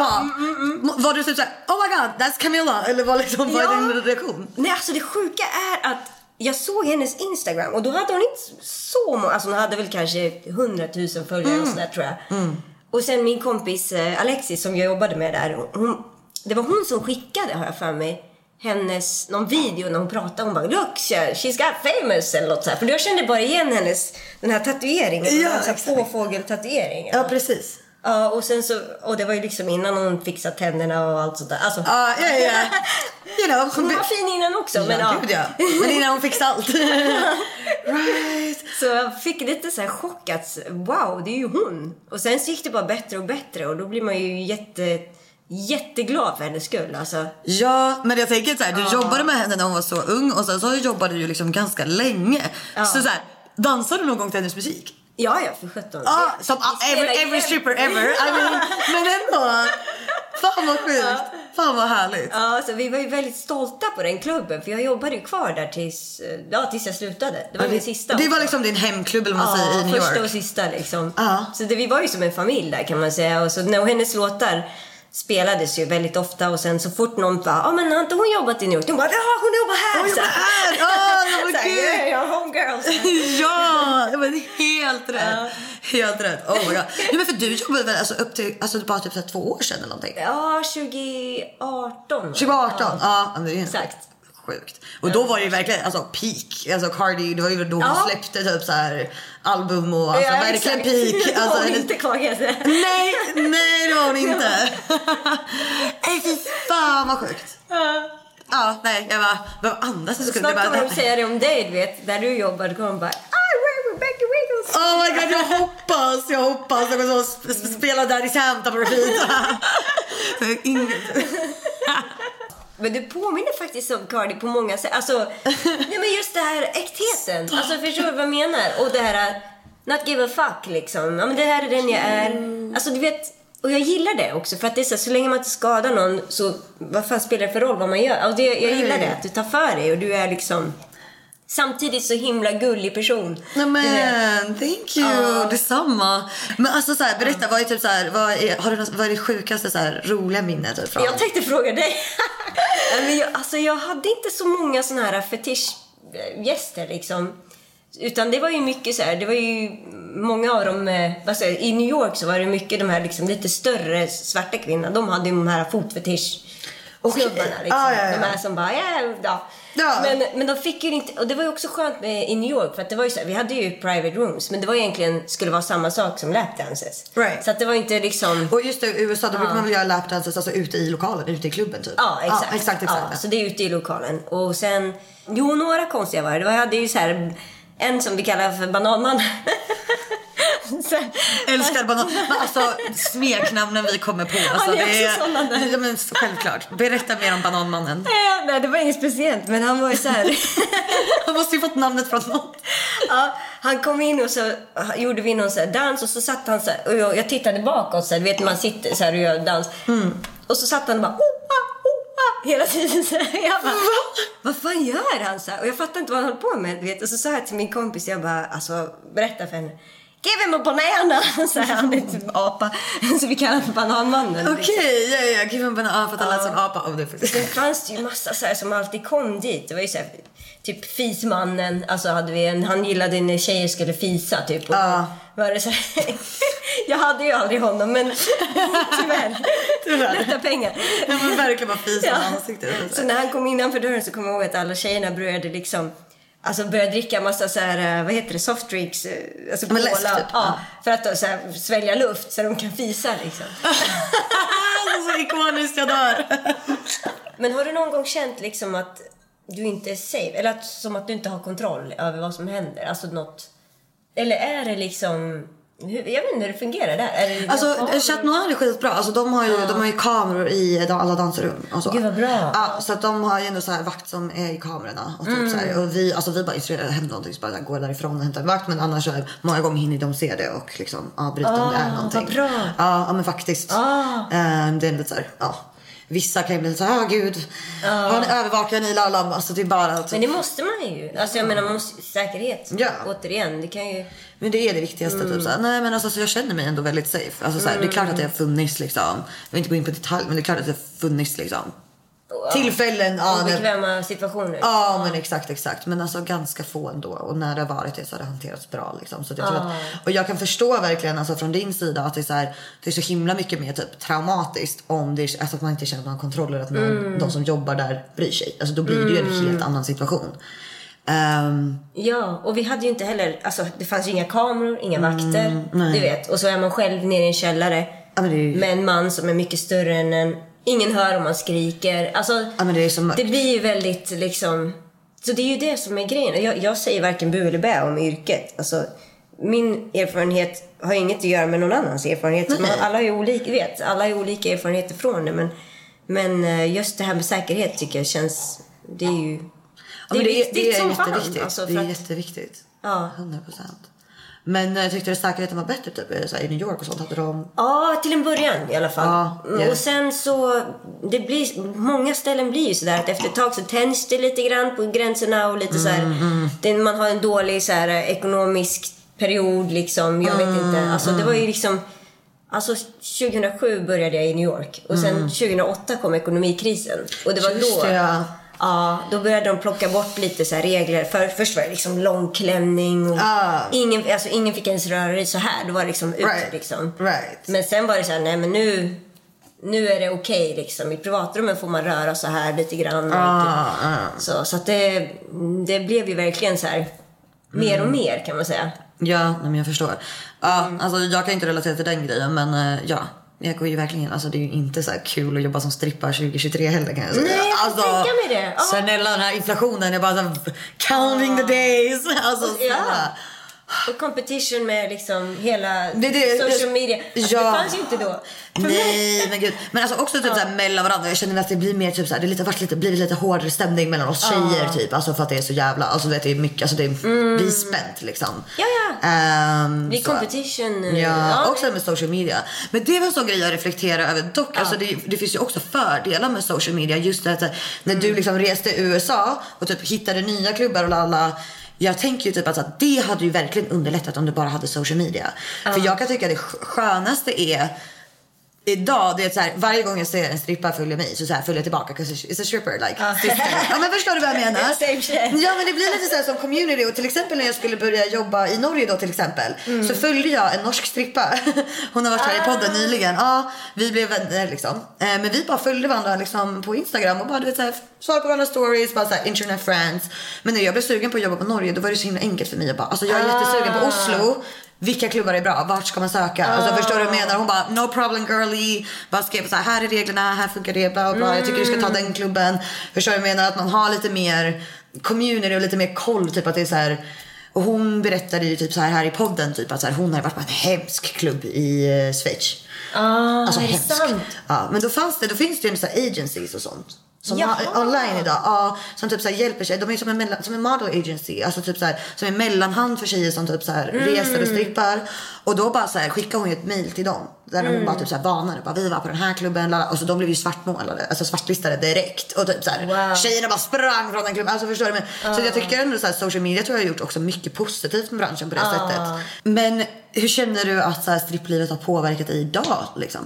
G: Var du typ såhär, oh my god, that's Camilla? Eller var liksom, vad är din reaktion?
H: Nej, alltså det sjuka är att jag såg hennes Instagram och då hade hon inte så många, alltså hon hade väl kanske 100 000 följare och sådär, tror jag. Och sen min kompis Alexis som jag jobbade med där, det var hon som skickade, har jag för mig, hennes någon video när hon pratade. Hon bara, look, she's got famous eller något så här. För jag kände bara igen hennes, den här tatueringen.
G: Ja,
H: fågeltatueringen.
G: Ja, precis.
H: Ja, och sen så, och det var ju liksom innan hon fixade tänderna och allt sånt där. Alltså,
G: ja. You know,
H: hon var fin innan också.
G: Ja,
H: men
G: gud, ja. Men innan hon fixade allt. Right.
H: Så jag fick lite så här chock att, wow, det är ju hon. Och sen så gick det bara bättre och bättre. Och då blir man ju jätteglad för hennes skull, alltså. Ja, men jag tänker så här, du jobbade med henne när hon var så ung, och sen så jobbade du ju liksom ganska länge. Så här, dansade du någon gång till hennes musik? Ja, för 17. Som every stripper ever. I mean, men ändå. Fan vad sjukt. Fan vad härligt. Ja, så vi var ju väldigt stolta på den klubben, för jag jobbade ju kvar där tills jag slutade. Det var min sista. Det var liksom din hemklubb, eller man säger, i New York. Första och sista liksom. Så vi var ju som en familj där, kan man säga. Och så när hennes låtar spelades ju väldigt ofta, och sen så fort någon bara, men har inte hon jobbat i New York? De bara, hon jobbar här. Hon jobbar här. Ja, homegirls. Ja, det var helt rätt. Helt rätt. Oh my god. Nej, men för du jobbade väl alltså upp till, alltså bara typ 2 år sedan eller någonting? Ja, 2018. 2018, ja, det är exakt. Sjukt. Och då var det ju verkligen alltså peak. Alltså Cardi, det var ju då hon släppte typ så här album och alltså verkligen peak. Alltså hon inte kvar. Nej, det var hon inte. Fy fan vad sjukt. Ja, nej, jag bara, vad andas så skulle jag bara. Snart kommer de säga det om dig, du vet, där du jobbar, då kommer de bara, Rebecca Wiggles. Oh my god, jag hoppas jag kommer så spela där i Santa på repeat. Men det påminner faktiskt om Cardi på många sätt. Alltså, nej, men just det här äktheten. Alltså, förstår du vad jag menar? Och det här not give a fuck liksom. Ja, men det här är den jag är. Alltså, du vet, och jag gillar det också, för att det är så länge man inte skadar någon, så vad fan spelar det för roll vad man gör? Alltså, jag gillar det, att du tar för dig och du är liksom samtidigt så himla gullig person. Nej, men thank you. Detsamma. Men alltså så här, berätta, vad är typ så här, vad är det sjukaste så här roliga minnet typ från? Jag tänkte fråga dig. Men jag hade inte så många såna här fetischgäster liksom. Utan det var ju mycket så här, det var ju många av dem, alltså, i New York så var det mycket de här liksom lite större svarta kvinnor. De hade ju de här fotfetisch-snubbarna liksom. De här som bara, Ja. Men de fick ju inte, och det var ju också skönt med i New York, för att det var ju så här, vi hade ju private rooms, men det var egentligen, skulle vara samma sak som lapdances. Right. Så att det var inte liksom. Och just det, i USA då brukar man väl göra lapdances alltså ute i lokalen, ute i klubben typ. Ja, exakt. Ja, så det är ute i lokalen. Och sen, några konstiga var det. Jag hade ju så här en som vi kallar för bananman.
G: Älskar banan. Men alltså smeknamnen vi kommer på. Alltså,
H: Han är också sådana där.
G: Ja, men självklart. Berätta mer om Bananmannen.
H: Nej, det var inget speciellt, men han var ju så här.
G: Han måste ju fått namnet från något.
H: Ja, han kom in och så gjorde vi någon så här dans och så satt han så här, och jag tittade bakåt så här, du vet man sitter så här och gör dans. Och så satt han och bara hela tiden så här. Jag bara, vad fan gör han så här? Och jag fattade inte vad han höll på med, du vet. Och så sa jag till min kompis, jag bara, alltså berätta för henne. Give him a banana, så här, han är typ apa. Så vi kallar för Bananmannen.
G: Okej, ja, give him a banana för att han lät som apa.
H: Sen fanns det ju massa så här som alltid kom dit. Det var ju så här, typ fismannen, alltså hade vi han gillade när tjejer skulle fisa typ. Och var det så här, jag hade ju aldrig honom, men tyvärr. Lätta pengar.
G: Ja, men verkligen bara fisa ansiktet.
H: Så när han kom innanför dörren så kom jag ihåg att alla tjejerna började liksom, alltså började dricka massa så här, vad heter det, softdrinks, alltså cola,
G: typ.
H: för att då, så här, svälja luft så de kan fisa liksom.
G: Så ikoniskt, jag dör.
H: Men har du någon gång känt liksom att du inte är safe, eller att, som att du inte har kontroll över vad som händer, alltså något, eller är det liksom, jag vet inte hur det fungerar där. Är det
G: alltså Chat Noir är skitbra. Alltså de har ju kameror i alla dansrum och så.
H: Gud vad bra.
G: Ja, så att de har ju ändå så här vakt som är i kamerorna och typ så här, och vi bara instruerar hem någonting så bara går därifrån och hämtar en vakt, men annars så här, många gånger hinner de se det och liksom avbryta om det är någonting.
H: Vad bra.
G: Ja, men faktiskt. Det är lite så här, vissa kan ju bli så här, gud, har ni övervakar ni lallam? Alltså det är bara typ.
H: Men det måste man ju. Alltså jag menar, man måste, säkerhet. Återigen, det kan ju.
G: Men det är det viktigaste typ så här. Nej men alltså så jag känner mig ändå väldigt safe. Alltså så här, det är klart att det har funnits liksom. Jag vill inte gå in på detalj, men det är klart att det har funnits liksom. Tillfällen,
H: obekväma situationer.
G: Ja, men exakt. Men alltså ganska få ändå. Och när det har varit det så har det hanterats bra liksom. Så jag tror att, och jag kan förstå verkligen alltså, från din sida att det är så här, det är så himla mycket mer typ traumatiskt om det är, alltså, att man inte känner någon kontroll, eller att de som jobbar där bryr sig. Alltså då blir det ju en helt annan situation.
H: Ja, och vi hade ju inte heller, alltså det fanns ju inga kameror, inga vakter, du vet. Och så är man själv nere i en källare med en man som är mycket större än en. Ingen hör om man skriker. Alltså, det blir ju väldigt liksom. Så det är ju det som är grejen. Jag säger varken bu eller bä om yrket. Alltså, min erfarenhet har inget att göra med någon annans erfarenhet. Alla är olika, alla är olika erfarenheter från det. Men just det här med säkerhet tycker jag känns. Det är ju det är viktigt som fan. Alltså,
G: det är jätteviktigt. 100%. Men jag tyckte att säkerheten var bättre typ i New York och sånt hade de.
H: Ja, till en början i alla fall. Och sen så det blir, många ställen blir ju sådär att efter ett tag så tänds det lite grann på gränserna och lite så här, man har en dålig så här ekonomisk period liksom, jag vet inte. Alltså det var ju liksom, alltså 2007 började jag i New York och sen 2008 kom ekonomikrisen och det var då. Ja, då började de plocka bort lite så här regler. Först var det liksom långklänning och ingen fick ens röra dig så här. Då var det liksom ute liksom. Men sen var det så här, nej men nu är det okej liksom. I privatrummen får man röra så här lite grann. Så att det blev ju verkligen så här mer och mer kan man säga. Ja,
G: men jag förstår. Alltså jag kan inte relatera till den grejen, men jag går ju verkligen, alltså det är ju inte så här kul att jobba som strippa 2023 heller kan jag säga.
H: Nej, jag
G: alltså,
H: tänka mig det.
G: Sen den här inflationen är bara så counting the days. Alltså
H: och competition med liksom hela social media. Alltså, det fanns ju inte då.
G: Nej, men gud. Men alltså också typ så här mellan varandra. Jag känner att det blir mer typ så här, det har blivit lite hårdare stämning mellan oss tjejer typ. Alltså för att det är så jävla, alltså det är mycket, alltså det är spänt liksom.
H: Det är competition.
G: Också med social media. Men det var en sån grej jag reflekterar över dock. Alltså det finns ju också fördelar med social media. Just det att när du liksom reste i USA och typ hittade nya klubbar och alla. Jag tänker ju typ att det hade ju verkligen underlättat om du bara hade social media. För jag kan tycka att det skönaste är idag, det är så här, varje gång jag ser en strippa följa mig så här följer jag tillbaka because it's a stripper like ja men förstår du vad jag menar? Ja men det blir lite så här som community. Och till exempel när jag skulle börja jobba i Norge då till exempel så följde jag en norsk strippa. Hon har varit här i podden nyligen. Vi blev vänner liksom. Men vi bara följde varandra liksom på Instagram och bara du vet så här, svar på varandra stories, bara så här, internet friends. Men när jag blev sugen på att jobba på Norge då var det så himla enkelt för mig att bara, alltså jag är jättesugen på Oslo. Vilka klubbar är bra? Vart ska man söka? Alltså förstår du vad jag menar? Hon bara, no problem girly. Bara skrev så här är reglerna, här funkar det, bla bla. Jag tycker du ska ta den klubben. Förstår du vad jag menar? Att man har lite mer community och lite mer koll. Typ att det är så här, Och hon berättade ju typ så här i podden typ att så här, hon har varit på en hemsk klubb i Schweiz. Alltså
H: är det
G: hemsk.
H: sant?
G: Ja, men då finns det ju en sån här agencies och sånt. Som online idag, ja, som typ så här hjälper sig. De är som en model agency, alltså typ så här, som en mellanhand för tjejer som typ så här reser och strippar. Och då bara så här skickar hon ju ett mail till dem där hon bara typ så här varnade, bara vi var på den här klubben, och så de blev ju svartmålade, alltså svartlistade direkt, och typ så här, tjejerna bara sprang från den klubben, alltså förstår du, men så jag tycker ändå så här, social media tror jag har gjort också mycket positivt med branschen på det sättet. Men hur känner du att så här, stripplivet har påverkat dig idag liksom?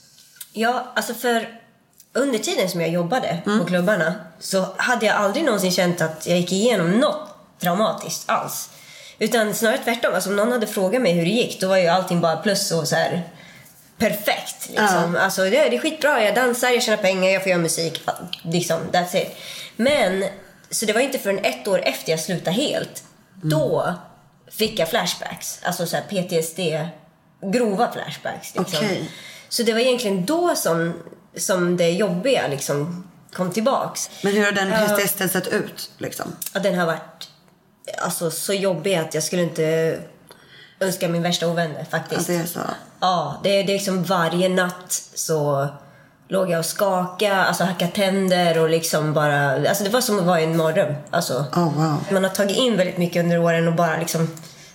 H: Ja, alltså för under tiden som jag jobbade på klubbarna så hade jag aldrig någonsin känt att jag gick igenom något traumatiskt alls. Utan snarare tvärtom. Alltså om någon hade frågat mig hur det gick, då var ju allting bara plus och så här perfekt. Liksom. Alltså det är skitbra, jag dansar, jag tjänar pengar, jag får göra musik. Liksom, that's it. Men, så det var inte förrän 1 år efter jag slutade helt. Då fick jag flashbacks. Alltså så här PTSD, grova flashbacks. Liksom. Okay. Så det var egentligen då som det jobbiga liksom kom tillbaks.
G: Men hur har den PTSD:n sett ut liksom?
H: Ja, den har varit alltså så jobbig att jag skulle inte önska min värsta ovänner faktiskt.
G: Ja, det är så.
H: Ja, det är liksom varje natt så låg jag och skaka, alltså hacka tänder och liksom bara, alltså det var som att vara i en mardröm. Alltså, man har tagit in väldigt mycket under åren och bara liksom,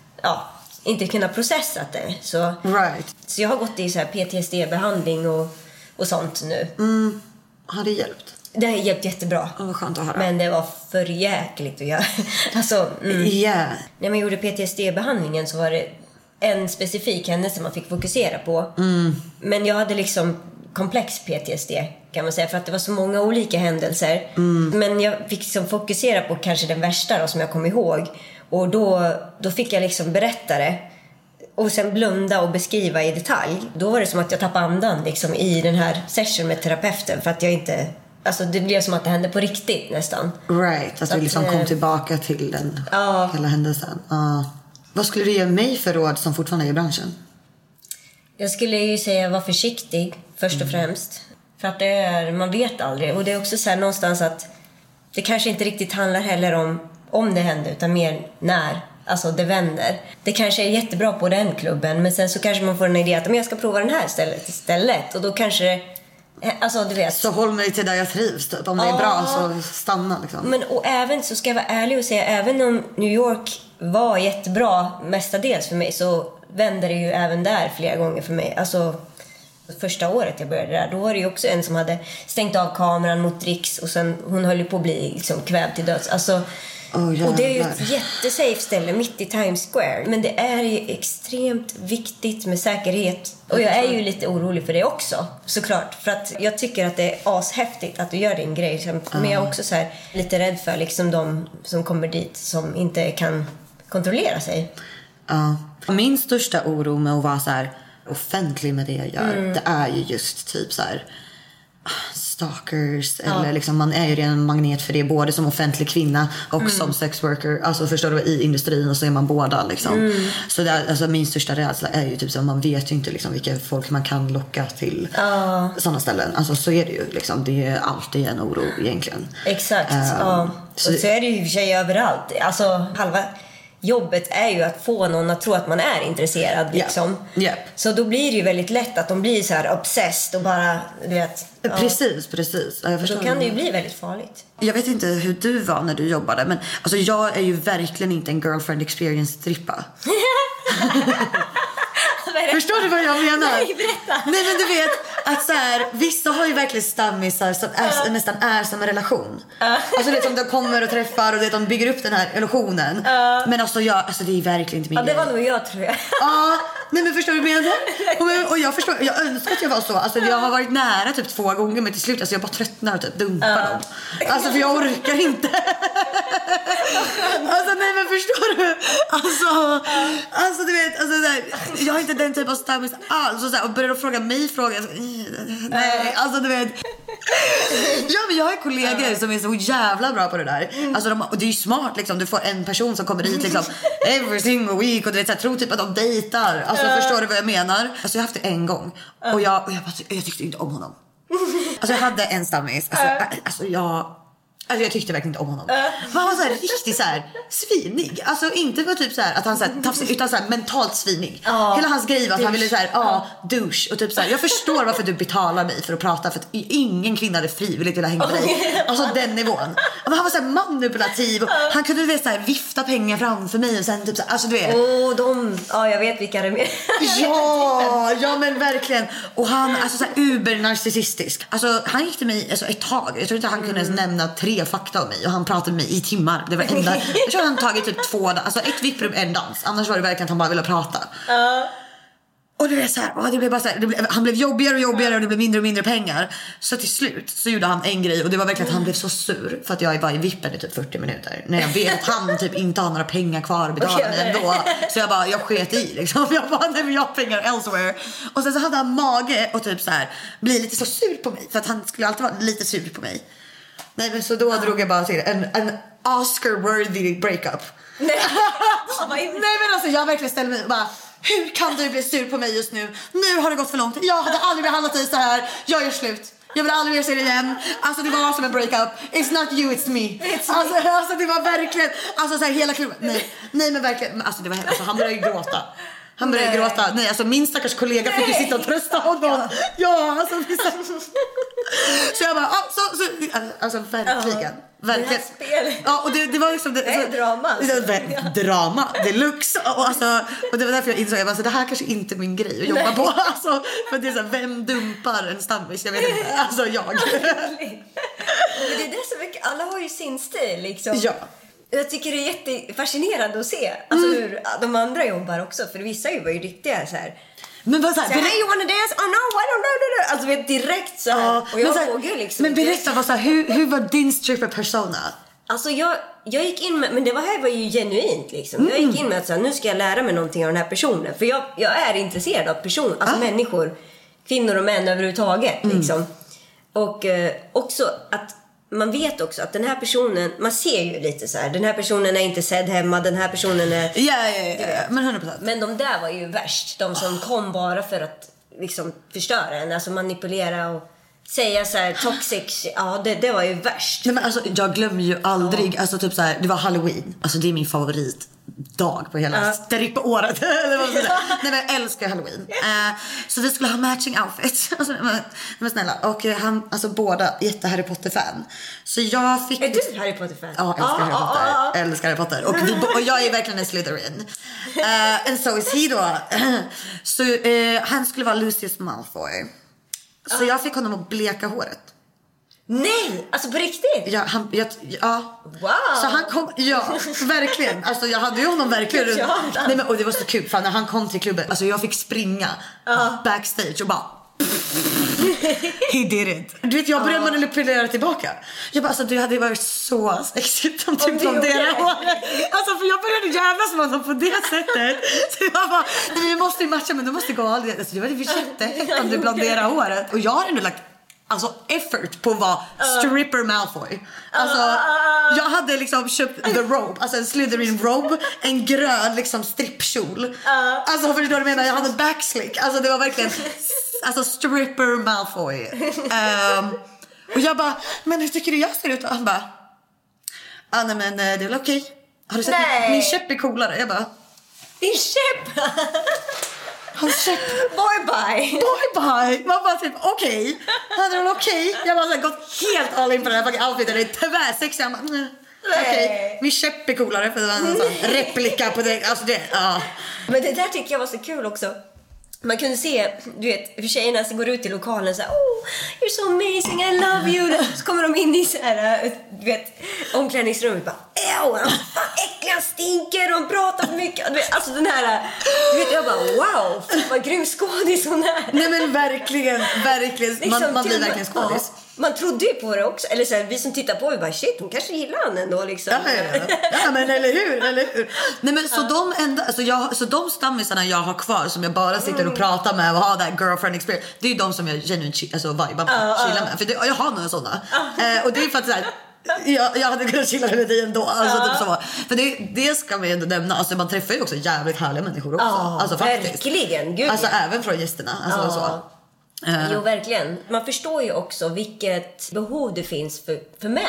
H: inte kunnat processa det. Så jag har gått i så här PTSD-behandling och sånt nu.
G: Har det hjälpt?
H: Det har hjälpt jättebra.
G: Vad skönt att höra.
H: Men det var för jäkligt att göra. Alltså, när man gjorde PTSD-behandlingen så var det en specifik händelse man fick fokusera på. Men jag hade liksom komplex PTSD kan man säga, för att det var så många olika händelser. Men jag fick liksom fokusera på kanske den värsta då, som jag kom ihåg. Och då fick jag liksom berätta det och sen blunda och beskriva i detalj. Då var det som att jag tappade andan liksom i den här session med terapeuten, för att jag inte, alltså det blev som att det hände på riktigt nästan.
G: Right, att du liksom kom tillbaka till den hela händelsen. Vad skulle du ge mig för råd som fortfarande är i branschen?
H: Jag skulle ju säga var försiktig först och främst. För att man vet aldrig. Och det är också så här någonstans att det kanske inte riktigt handlar heller om det händer, utan mer när, alltså det vänder. Det kanske är jättebra på den klubben, men sen så kanske man får en idé att jag ska prova den här istället. Och då kanske, alltså du vet.
G: Så håll mig till där jag trivs typ. Om det är bra så stanna liksom.
H: Men och även så ska jag vara ärlig och säga, även om New York var jättebra mestadels för mig, så vände det ju även där flera gånger för mig. Alltså första året jag började där, då var det ju också en som hade stängt av kameran mot dricks, och sen hon höll ju på att bli liksom kvävd till döds. Alltså, och det är ju ett jättesafe ställe mitt i Times Square, men det är ju extremt viktigt med säkerhet. Och jag är ju lite orolig för det också, såklart, för att jag tycker att det är ashäftigt att du gör din grej. Men jag är också så här lite rädd för liksom de som kommer dit som inte kan kontrollera sig.
G: Min största oro med att vara så här offentlig med det jag gör, det är ju just typ så här stalkers, eller liksom, man är ju redan en magnet för det, både som offentlig kvinna och som sexworker, alltså förstår du, i industrin, och så är man båda liksom. Så det är, alltså, min största rädsla är ju typ så, man vet ju inte liksom vilka folk man kan locka till sådana ställen, alltså så är det ju liksom, det är alltid en oro egentligen.
H: Exakt, så är det ju i och för sig överallt, alltså halva jobbet är ju att få någon att tro att man är intresserad liksom. Så då blir det ju väldigt lätt att de blir så här obsessed och bara, du vet.
G: Precis. Jag
H: då kan det ju bli väldigt farligt.
G: Jag vet inte hur du var när du jobbade, men alltså jag är ju verkligen inte en girlfriend experience strippa. Förstår du vad jag menar?
H: Nej, berätta.
G: Nej, men du vet att så här, vissa har ju verkligen stammisar som nästan är som en relation. Alltså det är som de kommer och träffar, och det de bygger upp den här relationen. Men alltså det är verkligen inte min
H: grej. Det var nog jag, tror jag.
G: Nej, men förstår du vad jag menar? Och jag förstår, jag önskar att jag var så. Alltså jag har varit nära typ 2 gånger, men till slut alltså jag bara tröttnar och typ dumpar dem. Alltså för jag orkar inte. Alltså nej, men förstår du? Alltså du vet, alltså där, jag har inte den typ av stammis alls, och så här, och börjar fråga mig frågor. Nej, alltså du vet. Ja, men jag har kollegor som är så jävla bra på det där. Alltså och det är ju smart liksom. Du får en person som kommer dit liksom every single week, och du vet så här, tror typ att de dejtar. Alltså förstår du vad jag menar? Alltså jag har haft det en gång, och jag tyckte inte om honom. Alltså jag hade en stammis. Alltså jag Alltså jag tyckte verkligen inte om honom. Men han var så här riktigt så här svinig. Alltså inte för typ så här att han så här tafsig, utan så här mentalt svinig. Hela hans grej var att han ville så här douche och typ så här, jag förstår varför du betalar mig för att prata, för att ingen kvinna hade frivilligt velat hänga med dig. Alltså den nivån. Men han var så här manipulativ och han kunde vet så här vifta pengar framför mig och sen typ så här, alltså du vet.
H: Jag vet vilka det är.
G: Ja men verkligen. Och han alltså så här uber-narcissistisk. Alltså han gick till mig alltså, ett tag. Jag tror inte han kunde ens nämna 3 fakta om mig. Och han pratade med mig i timmar. Det var enda. Jag tror han tagit typ 2, alltså ett vipprum, en dans. Annars var det verkligen att han bara ville prata. Och det blev så här, det blev bara så här, han blev jobbigare och jobbigare och det blev mindre och mindre pengar. Så till slut så gjorde han en grej och det var verkligen att han blev så sur för att jag var i vippen i typ 40 minuter. När jag vet att han typ inte har några pengar kvar att betala mig ändå. Så jag sket i liksom. Jag bara, nej men jag har pengar elsewhere. Och sen så hade han mage och typ så här bli lite så sur på mig. För att han skulle alltid vara lite sur på mig. Nej men så då drog jag bara till en Oscar-worthy breakup. Nej men alltså jag verkligen ställde mig och bara, hur kan du bli sur på mig just nu? Nu har det gått för långt. Jag hade aldrig behandlat dig så här. Jag gör slut. Jag vill aldrig mer se det igen. Alltså det var som en breakup. It's not you, it's me. Alltså det var verkligen, alltså så här hela klubben. Nej men verkligen, alltså det var alltså, han började gråta. Han började gråta. Nej, alltså min stackars kollega fick ju sitta och trösta honom. Ja, alltså så jag bara, alltså verkligen. Verkligen. Ja, och det var liksom drama deluxe och det var därför jag insåg att det här kanske inte är min grej att jobba på. Alltså, för det är så här, vem dumpar en stammis? Jag vet inte. Alltså jag. Men
H: det är det så mycket, alla har ju sin stil liksom.
G: Ja.
H: Jag tycker det är jättefascinerande att se alltså hur de andra jobbar också, för vissa var ju riktiga så här.
G: Men vad så här,
H: hey, you wanna dance? Oh no, I don't know. Alltså vet direkt så här. Och jag vågar liksom.
G: Men berätta vad så här, hur var din stripper persona?
H: Alltså jag gick in med, men det här var ju genuint liksom. Jag gick in med att så här, nu ska jag lära mig någonting av den här personen, för jag är intresserad av personer, alltså människor, kvinnor och män överhuvudtaget liksom. Och också att man vet också att den här personen, man ser ju lite så här, den här personen är inte sedd hemma, den här personen är
G: men 100%.
H: Men de där var ju värst, de som kom bara för att liksom förstöra en, alltså manipulera och säga så här toxic, det var ju värst.
G: Nej men alltså jag glömmer ju aldrig, alltså typ så här, det var Halloween. Alltså det är min favoritdag på hela strippåret. Nej men jag älskar Halloween. Så vi skulle ha matching outfits. Alltså men snälla, och han, alltså båda jätte Harry Potter fan. Så jag fick.
H: Är du Harry Potter fan?
G: Ja, älskar Harry Potter. Älskar Harry Potter. Och jag är verkligen en Slytherin. And so is he då. Så han skulle vara Lucius Malfoy. Så jag fick honom att bleka håret.
H: Nej, alltså på riktigt?
G: Ja,
H: Wow.
G: Så han kom, verkligen. Alltså jag hade ju honom verkligen. Nej men och det var så kul för när han kom till klubben, alltså jag fick springa backstage och bara he did it. Du vet, jag började manipulera tillbaka. Jag bara, alltså det hade varit så sexigt om typ blondera håret. Alltså för jag började jävlas med honom på det sättet. Så jag bara, nej vi måste ju matcha, men du måste gå all. Alltså det var jättehett om du blonderar håret. Och jag har ändå lagt alltså effort på att vara stripper Malfoy. Alltså jag hade liksom köpt the robe, alltså en Slytherin robe, en grön liksom strippkjol. Alltså för det du menar, jag hade backslick. Alltså det var verkligen alltså stripper Malfoy. Och jag bara, men hur tycker du jag ser ut? Och han bara, nej men det är väl okej. Har du sett min käpp är coolare? Jag bara,
H: din käpp?
G: Hans käpp.
H: Bye bye.
G: Man bara typ okej. Hade det okej? Jag bara så här, gått helt all in på den här outfiten. Det är tvärsexig. Jag bara, okej. Min käpp är coolare för det var en sån replika på det. Alltså det,
H: Men det där tycker jag var så kul också. Man kunde se, du vet, hur tjejerna som går ut i lokalen så här, oh, you're so amazing, I love you. Så kommer de in i så här, du vet, omklädningsrummet bara, fan äckliga stinker och pratar för mycket. Alltså den här, du vet, jag bara, wow, vad grym skådis hon är.
G: Nej men verkligen.
H: Liksom,
G: man blir verkligen skådis.
H: Man trodde ju på det också. Eller så här, vi som tittar på, vi bara, shit, hon kanske gillar han ändå liksom.
G: Ja men eller hur. Nej men så de enda, alltså så de stammisarna jag har kvar som jag bara sitter och pratar med och har that girlfriend experience, det är ju de som jag genuint alltså vibar med, chillar med. För det, jag har några sådana. Och det är för att så här, jag hade kunnat chilla med dig ändå. Alltså, typ så. För det ska man ju ändå nämna. Alltså, man träffar ju också jävligt härliga människor också. Alltså, faktiskt.
H: Verkligen, gud.
G: Alltså även från gästerna. Alltså, så.
H: Jo, verkligen. Man förstår ju också vilket behov det finns för män.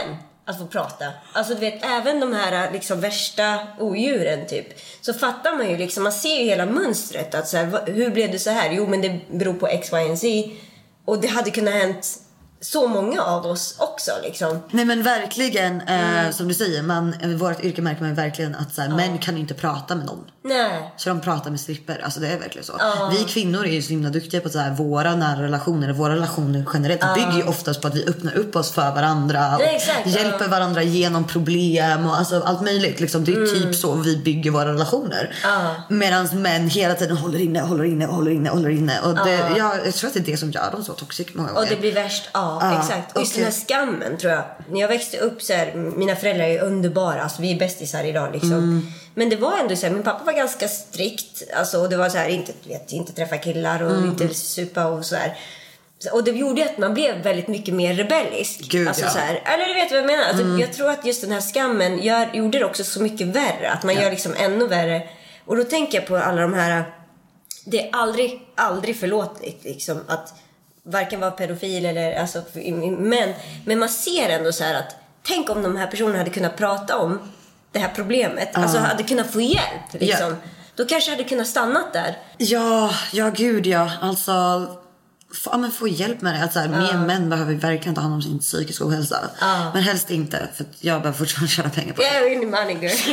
H: att få prata. Alltså du vet, även de här liksom värsta odjuren typ, så fattar man ju liksom, man ser ju hela mönstret att så här, hur blev det så här? Jo, men det beror på X, Y, Z. Och det hade kunnat hänt så många av oss också liksom.
G: Nej men verkligen, som du säger, vårt yrke märker man verkligen att så här, män kan inte prata med någon.
H: Nej.
G: Så de pratar med stripper, alltså det är verkligen så. Vi kvinnor är ju så himla duktiga på så här, våra nära relationer, våra relationer generellt bygger ju oftast på att vi öppnar upp oss för varandra och hjälper varandra genom problem och alltså allt möjligt liksom. Det är typ så vi bygger våra relationer. Medan män hela tiden håller inne och det, jag tror att det är det som gör dem så toxic många gånger.
H: Och det blir värst, exakt. Och just den här skammen tror jag. När jag växte upp så här, mina föräldrar är underbara, alltså vi är bästisar idag liksom. Men det var ändå så här, min pappa var ganska strikt, alltså, och det var så här, inte träffa killar och inte supa och så här. Och det gjorde att man blev väldigt mycket mer rebellisk.
G: Gud,
H: alltså, så här, eller du vet vad jag menar, alltså, jag tror att just den här skammen gjorde det också så mycket värre, att man gör liksom ännu värre. Och då tänker jag på alla de här, det är aldrig förlåtligt liksom, att varken vara pedofil eller alltså, men man ser ändå så här att tänk om de här personerna hade kunnat prata om det här problemet, alltså hade kunnat få hjälp liksom. Då kanske hade kunnat stannat där. Ja gud ja, alltså men få hjälp med det, att så här, mer män behöver verkligen ta hand om sin psykiska ohälsa. Men helst inte, för jag behöver fortfarande tjäna pengar på det. Yeah, in the money girl.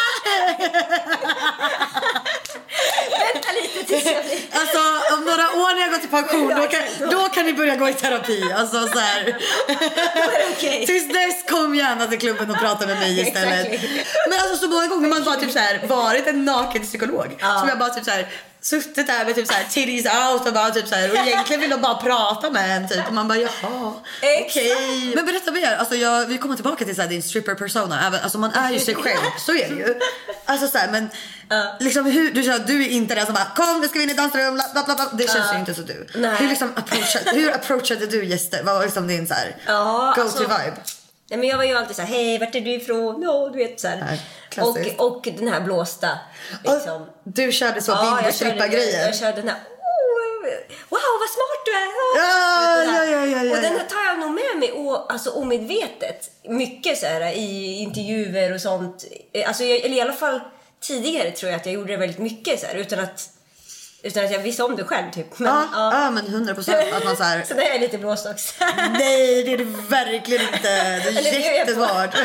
H: Vänta lite tills jag blir...
G: Alltså om några år när jag går till pension då kan ni börja gå i terapi. Alltså så här.
H: Okay.
G: Tills dess kom gärna till klubben och prata med mig istället. Men alltså så många gånger man bara typ så här, varit en naken psykolog som jag bara typ så här suttit där med typ så här titties out och bara typ så här, och egentligen vill de bara prata med en typ, och man bara jaha, okej. Men berätta mer, alltså vi kommer tillbaka till så här, din stripper persona, även, alltså man är ju sig själv, så är det ju. Alltså så här, men liksom du är inte den som bara kom vi ska in i dansrum, bla bla bla. Det känns ju inte så du. Hur liksom approachade du gäster? Vad var liksom din så här go to vibe?
H: Nej, men jag var ju alltid så här, hej, vart är du ifrån? Du vet så här. Och den här blåsta liksom.
G: Du körde så bimbo-strippa-grejer.
H: Jag körde den här, wow, vad smart du är.
G: Ja.
H: Och den här tar jag nog med mig alltså omedvetet. Mycket så här i intervjuer och sånt. Alltså eller i alla fall tidigare tror jag att jag gjorde det väldigt mycket så här, utan att jag visste om det själv typ. Men,
G: men 100% att man så här.
H: Så det är lite blåst också.
G: Nej, det är det verkligen inte. Det är jättesvårt.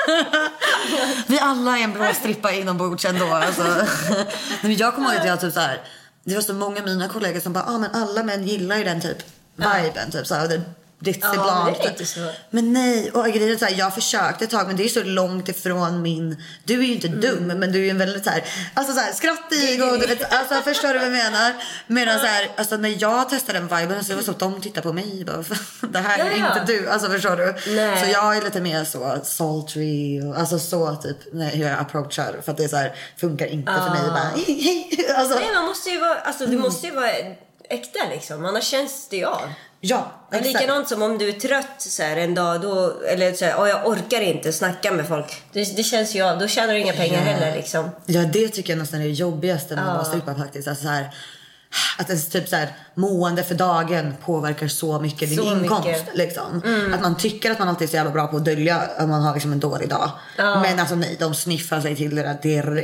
G: Vi alla är en blå strippa inombords ändå alltså. Men jag kommer ihåg att jag typ så här, det var så många av mina kollegor som bara men alla män gillar ju den typ viben typ så här, ditzy blond. Men nej, och grejen så här, jag försökte ett tag, men det är så långt ifrån min. Du är ju inte dum, men du är ju en väldigt så här, alltså så här skrattig och du vet, alltså förstår du vad jag menar? Medan så här, alltså när jag testade den viben så var det så att de tittar på mig bara, det här är inte du, alltså förstår du? Nej. Så jag är lite mer så sultry och alltså så typ hur jag approachar, för att det är så här, funkar inte för mig bara. Alltså. Nej,
H: man måste ju vara, alltså du måste ju vara äkta liksom, annars känns det ju av.
G: Ja, exakt.
H: Likadant som om du är trött så här en dag då, eller så här, jag orkar inte snacka med folk. Det känns ju, då tjänar du inga pengar heller liksom. Ja,
G: det tycker jag nästan är det jobbigaste när man bara strippar faktiskt. Alltså så här, att ens typ så här, mående för dagen påverkar så mycket din inkomst liksom. Att man tycker att man alltid är så jävla bra på att dölja om man har liksom en dålig dag. Men alltså nej, de sniffar sig till det där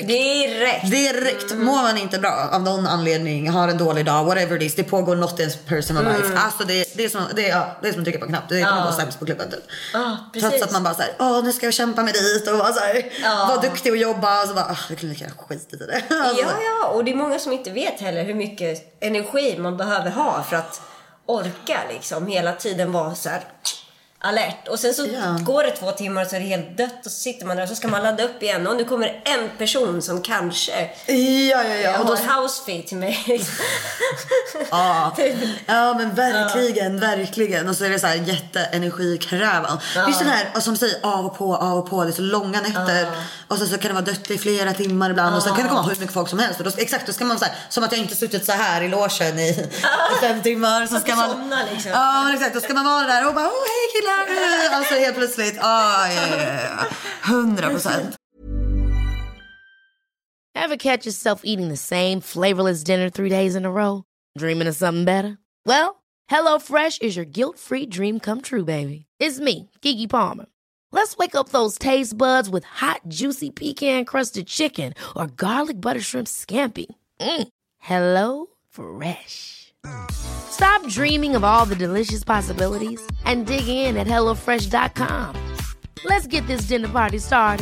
G: direkt. Mår man inte bra av någon anledning, har en dålig dag, whatever it is, det pågår något i ens personal life. Alltså det är som att trycka på en knapp. Det är som att gå sämst på klubben typ. Trots att man bara såhär, nu ska jag kämpa med dit och vara var duktig och jobba, och så bara, jag kunde lika skit i det. Alltså.
H: Ja, och det är många som inte vet heller hur mycket energi man behöver ha för att orka liksom hela tiden vara så här alert. Och sen så går det 2 timmar och så är det helt dött, och så sitter man där och så ska man ladda upp igen, och nu kommer en person som kanske
G: och då
H: har house fee till mig liksom.
G: Ja men verkligen. Och så är det så här jätteenergikrävande. Det är sån här som säger av och på det är så långa nätter, och så kan det vara dött i flera timmar ibland, och sen kan det komma hur mycket folk som helst, och då ska man så här, som att jag inte suttit så här i logen i 5 timmar, så ska man somna, liksom. Men exakt, då ska man vara där och bara hej killar. Alltså helt plötsligt 100%.
I: Ever catch yourself eating the same flavorless dinner 3 days in a row? Dreaming of something better? Well, HelloFresh is your guilt-free dream come true, baby. It's me, Keke Palmer. Let's wake up those taste buds with hot, juicy pecan-crusted chicken or garlic butter shrimp scampi. Hello Fresh. Stop dreaming of all the delicious possibilities and dig in at HelloFresh.com. Let's get this dinner party started.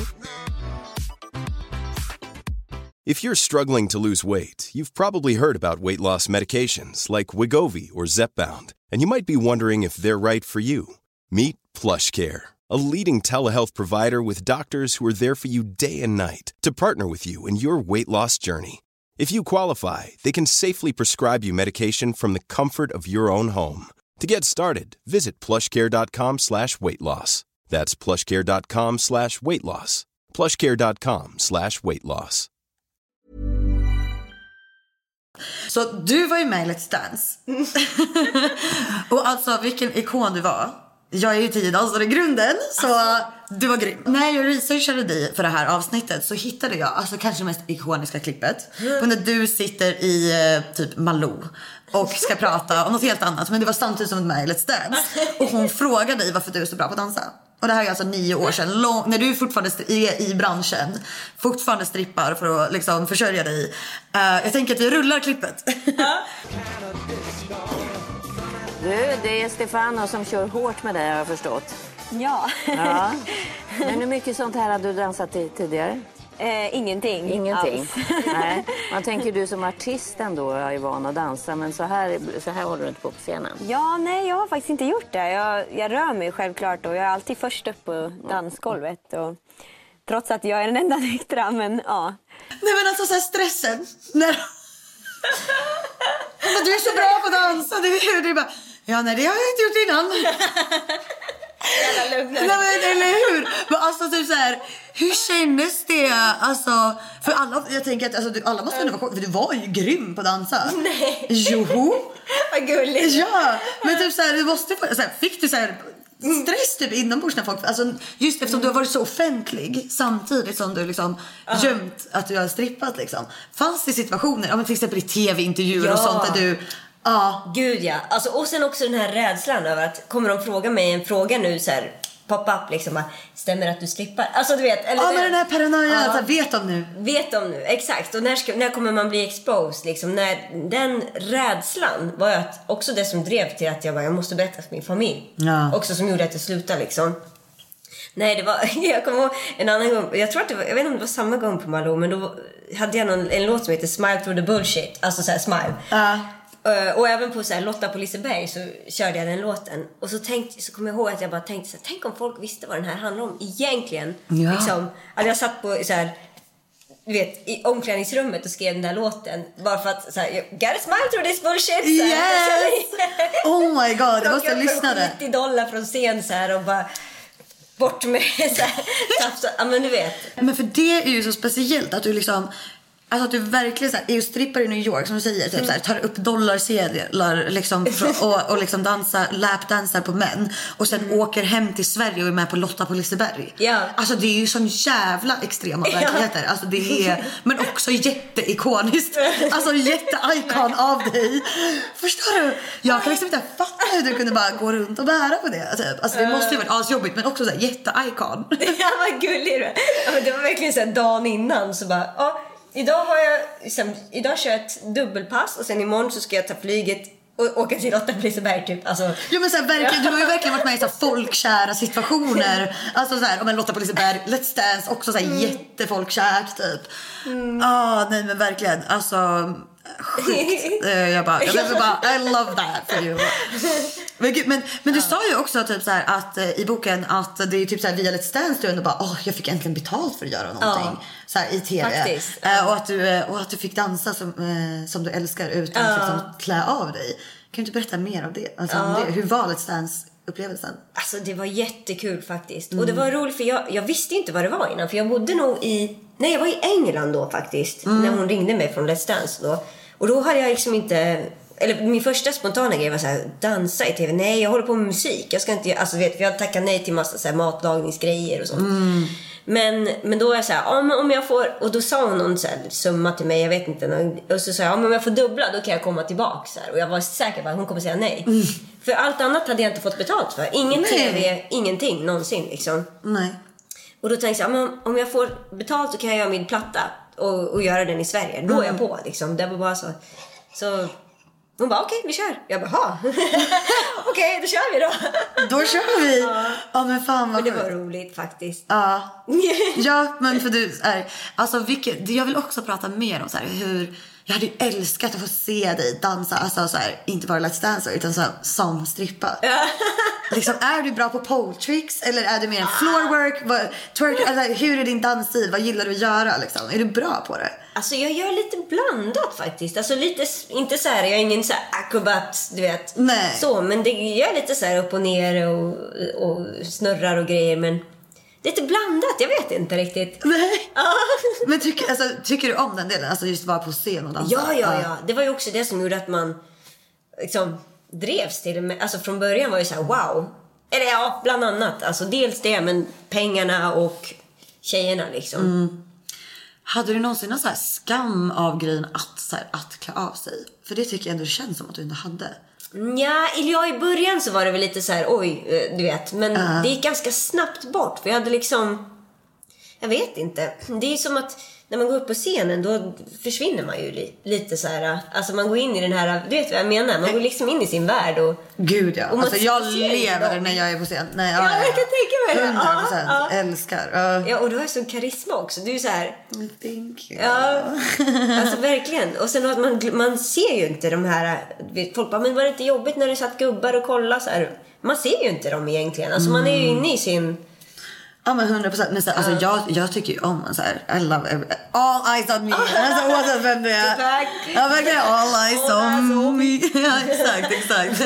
C: If you're struggling to lose weight, you've probably heard about weight loss medications like Wegovy or Zepbound, and you might be wondering if they're right for you. Meet PlushCare, a leading telehealth provider with doctors who are there for you day and night to partner with you in your weight loss journey. If you qualify, they can safely prescribe you medication from the comfort of your own home. To get started, visit plushcare.com/weightloss. That's plushcare.com/weightloss. plushcare.com/weightloss.
G: Så du var ju med i Let's Dance. Och alltså vilken ikon du var. Jag är ju 10 dansare i grunden, så du var grym. När jag researchade dig för det här avsnittet så hittade jag alltså kanske det mest ikoniska klippet på när du sitter i typ Malou och ska prata om något helt annat, men det var samtidigt som med i Let's Dance. Och hon frågade dig varför du är så bra på att dansa. Och det här är alltså 9 år sedan, när du fortfarande är i branschen, fortfarande strippar för att liksom försörja dig. Jag tänker att vi rullar klippet.
J: Du, det är Stefano som kör hårt med dig, har jag förstått.
K: Ja.
J: Men hur mycket sånt här hade du dansat tidigare?
K: Ingenting.
J: Nej. Man tänker du som artist ändå är van att dansa, men så här håller du inte på scenen.
K: Ja, nej, jag har faktiskt inte gjort det. Jag rör mig självklart och jag är alltid först upp på dansgolvet. Och, trots att jag är den enda nyktra, men ja.
G: Nej, men alltså så här stressen. När... du är så bra på att dansa. Det är bara, ja, nej, det har jag inte gjort innan. Eller hur? Men alltså typ så här, hur kändes det? Alltså, för alla, jag tänker att alltså, alla måste ändå vara, för du var ju grym på att dansa.
H: Nej.
G: Jo.
H: Vad gulligt.
G: Ja, men typ så här, du måste så här, fick du så här stress typ inombords när folk, alltså just eftersom du har varit så offentlig samtidigt som du liksom gömt att du har strippat liksom. Fanns det situationer, men till exempel i tv-intervjuer och sånt där du
H: gud ja, alltså, och sen också den här rädslan över att kommer de fråga mig en fråga nu så här pop-up liksom, stämmer att du strippar? Alltså du vet, eller
G: men den här paranoia, alltså, vet de nu, exakt. Och när kommer man bli exposed liksom, när den rädslan var ju också det som drev till att jag måste berätta för min familj, också som gjorde att jag slutade liksom. Nej, det var, jag kommer ihåg en annan gång, jag tror att det var, jag vet inte om det var samma gång på Malou, men då hade jag en låt som heter Smile Through the Bullshit, alltså så här Smile. Och även på så här, Lotta på Liseberg så körde jag den låten. Och så kom jag ihåg att jag bara tänkte så här, tänk om folk visste vad den här handlar om egentligen. Liksom, att jag satt på så här, du vet, i omklädningsrummet och skrev den där låten bara för att så här, gotta smile through this bullshit. Yes! Oh my god, jag måste lyssna det.
H: $70 från scen så här och bara bort med så här, ja, men du vet.
G: Men för det är ju så speciellt att du liksom, alltså att du verkligen så här, är ju strippar i New York som du säger, typ så här, tar upp dollarsedlar liksom, och liksom lapdansar på män och sen åker hem till Sverige och är med på Lotta på Liseberg. Alltså det är ju sån jävla extrema verkligheter. Alltså det är, men också jätteikoniskt. Alltså jätteikon av dig. Förstår du? Jag kan liksom inte fatta hur du kunde bara gå runt och bära på det typ. Alltså det måste ju varit asjobbigt, men också så här, jätteikon.
H: Ja, vad gullig du. Ja, det var verkligen så här, dagen innan så bara, idag kör jag ett dubbelpass och sen imorgon så ska jag ta flyget och åka till Lotta på Liseberg typ. Alltså,
G: jo, men så här, verkligen, du har ju verkligen varit med i så här folkkära situationer. Alltså så här, om en Lotta på Liseberg, Let's Dance, också så här jättefolkkärt typ. Nej men verkligen, alltså sjukt. Jag bara, I love that for you. Men du sa ju också typ så här att i boken att det är typ så här via Let's Dance du ändå bara, jag fick äntligen betalt för att göra någonting så här i tv. Och att du fick dansa som du älskar utan att liksom klä av dig. Kan du inte berätta mer av det? Alltså, om det? Hur var Let's Dance upplevelsen?
H: Alltså det var jättekul faktiskt. Och det var roligt för jag visste inte vad det var innan. För jag bodde nog jag var i England då faktiskt. När hon ringde mig från Let's Dance då. Och då hade jag liksom inte, eller min första spontana grej var så här, dansa i tv. Nej, jag håller på med musik. Jag ska inte, alltså vet, jag tackar nej till massa så här matlagningsgrejer och sånt. Men då är jag så här, men om jag får, och då sa hon någon så här summa till mig, jag vet inte, och så sa jag, men om jag får dubbla då kan jag komma tillbaka så här. Och jag var säker på att hon kommer säga nej. För allt annat hade jag inte fått betalt för. Ingen TV, ingenting någonsin liksom.
G: Nej.
H: Och då tänkte jag, men om jag får betalt så kan jag göra min platta och göra den i Sverige. Då är jag på liksom. Det var bara så hon bara, okej, vi kör. Jag bara, okej, då kör vi då.
G: Då kör vi. Ja, men fan vad
H: det var roligt faktiskt.
G: Ja. Ja, men för du är alltså jag vill också prata mer om så här hur jag hade ju älskat att få se dig dansa, alltså så här, inte bara Let's Dance utan så här, som strippa. Liksom, är du bra på pole tricks eller är du mer en floorwork? Twerk, alltså, hur är din dansstil? Vad gillar du att göra liksom? Är du bra på det?
H: Alltså jag gör lite blandat faktiskt. Alltså lite, inte så här, jag är ingen så här acrobat, du vet.
G: Nej.
H: Så, men det gör lite så här upp och ner och snurrar och grejer, men lite blandat, jag vet inte riktigt.
G: Nej. Men tycker du om den delen? Alltså just vara på scen och dansa?
H: Ja. Det var ju också det som gjorde att man liksom drevs till det. Alltså från början var det så här, wow. Eller ja, bland annat. Alltså dels det, men pengarna och tjejerna liksom.
G: Hade du någonsin någon så här skam av grejen att klä av sig? För det tycker jag ändå känns som att du inte hade.
H: Ja, i början så var det väl lite så här, oj, du vet. Men det gick ganska snabbt bort. För jag hade liksom, jag vet inte. Det är som att när man går upp på scenen då försvinner man ju lite så här. Alltså man går in i den här, du vet vad jag menar. Man går liksom in i sin värld och...
G: Gud ja, alltså jag lever när jag är på scen. Nej,
H: jag kan tänka mig det.
G: 100% älskar.
H: Ja, och du har sån karisma också. Du är så här...
G: Thank you.
H: Ja, alltså verkligen. Och sen att man ser ju inte de här... Folk bara, men var det inte jobbigt när det satt gubbar och kollade så här? Man ser ju inte dem egentligen. Alltså man är ju inne i sin...
G: Ja, men 100%. Men så, alltså, jag tycker ju om så här, I love all eyes on me. Alltså oavsett vem det är. Ja, verkligen all eyes on me. Ja, exakt.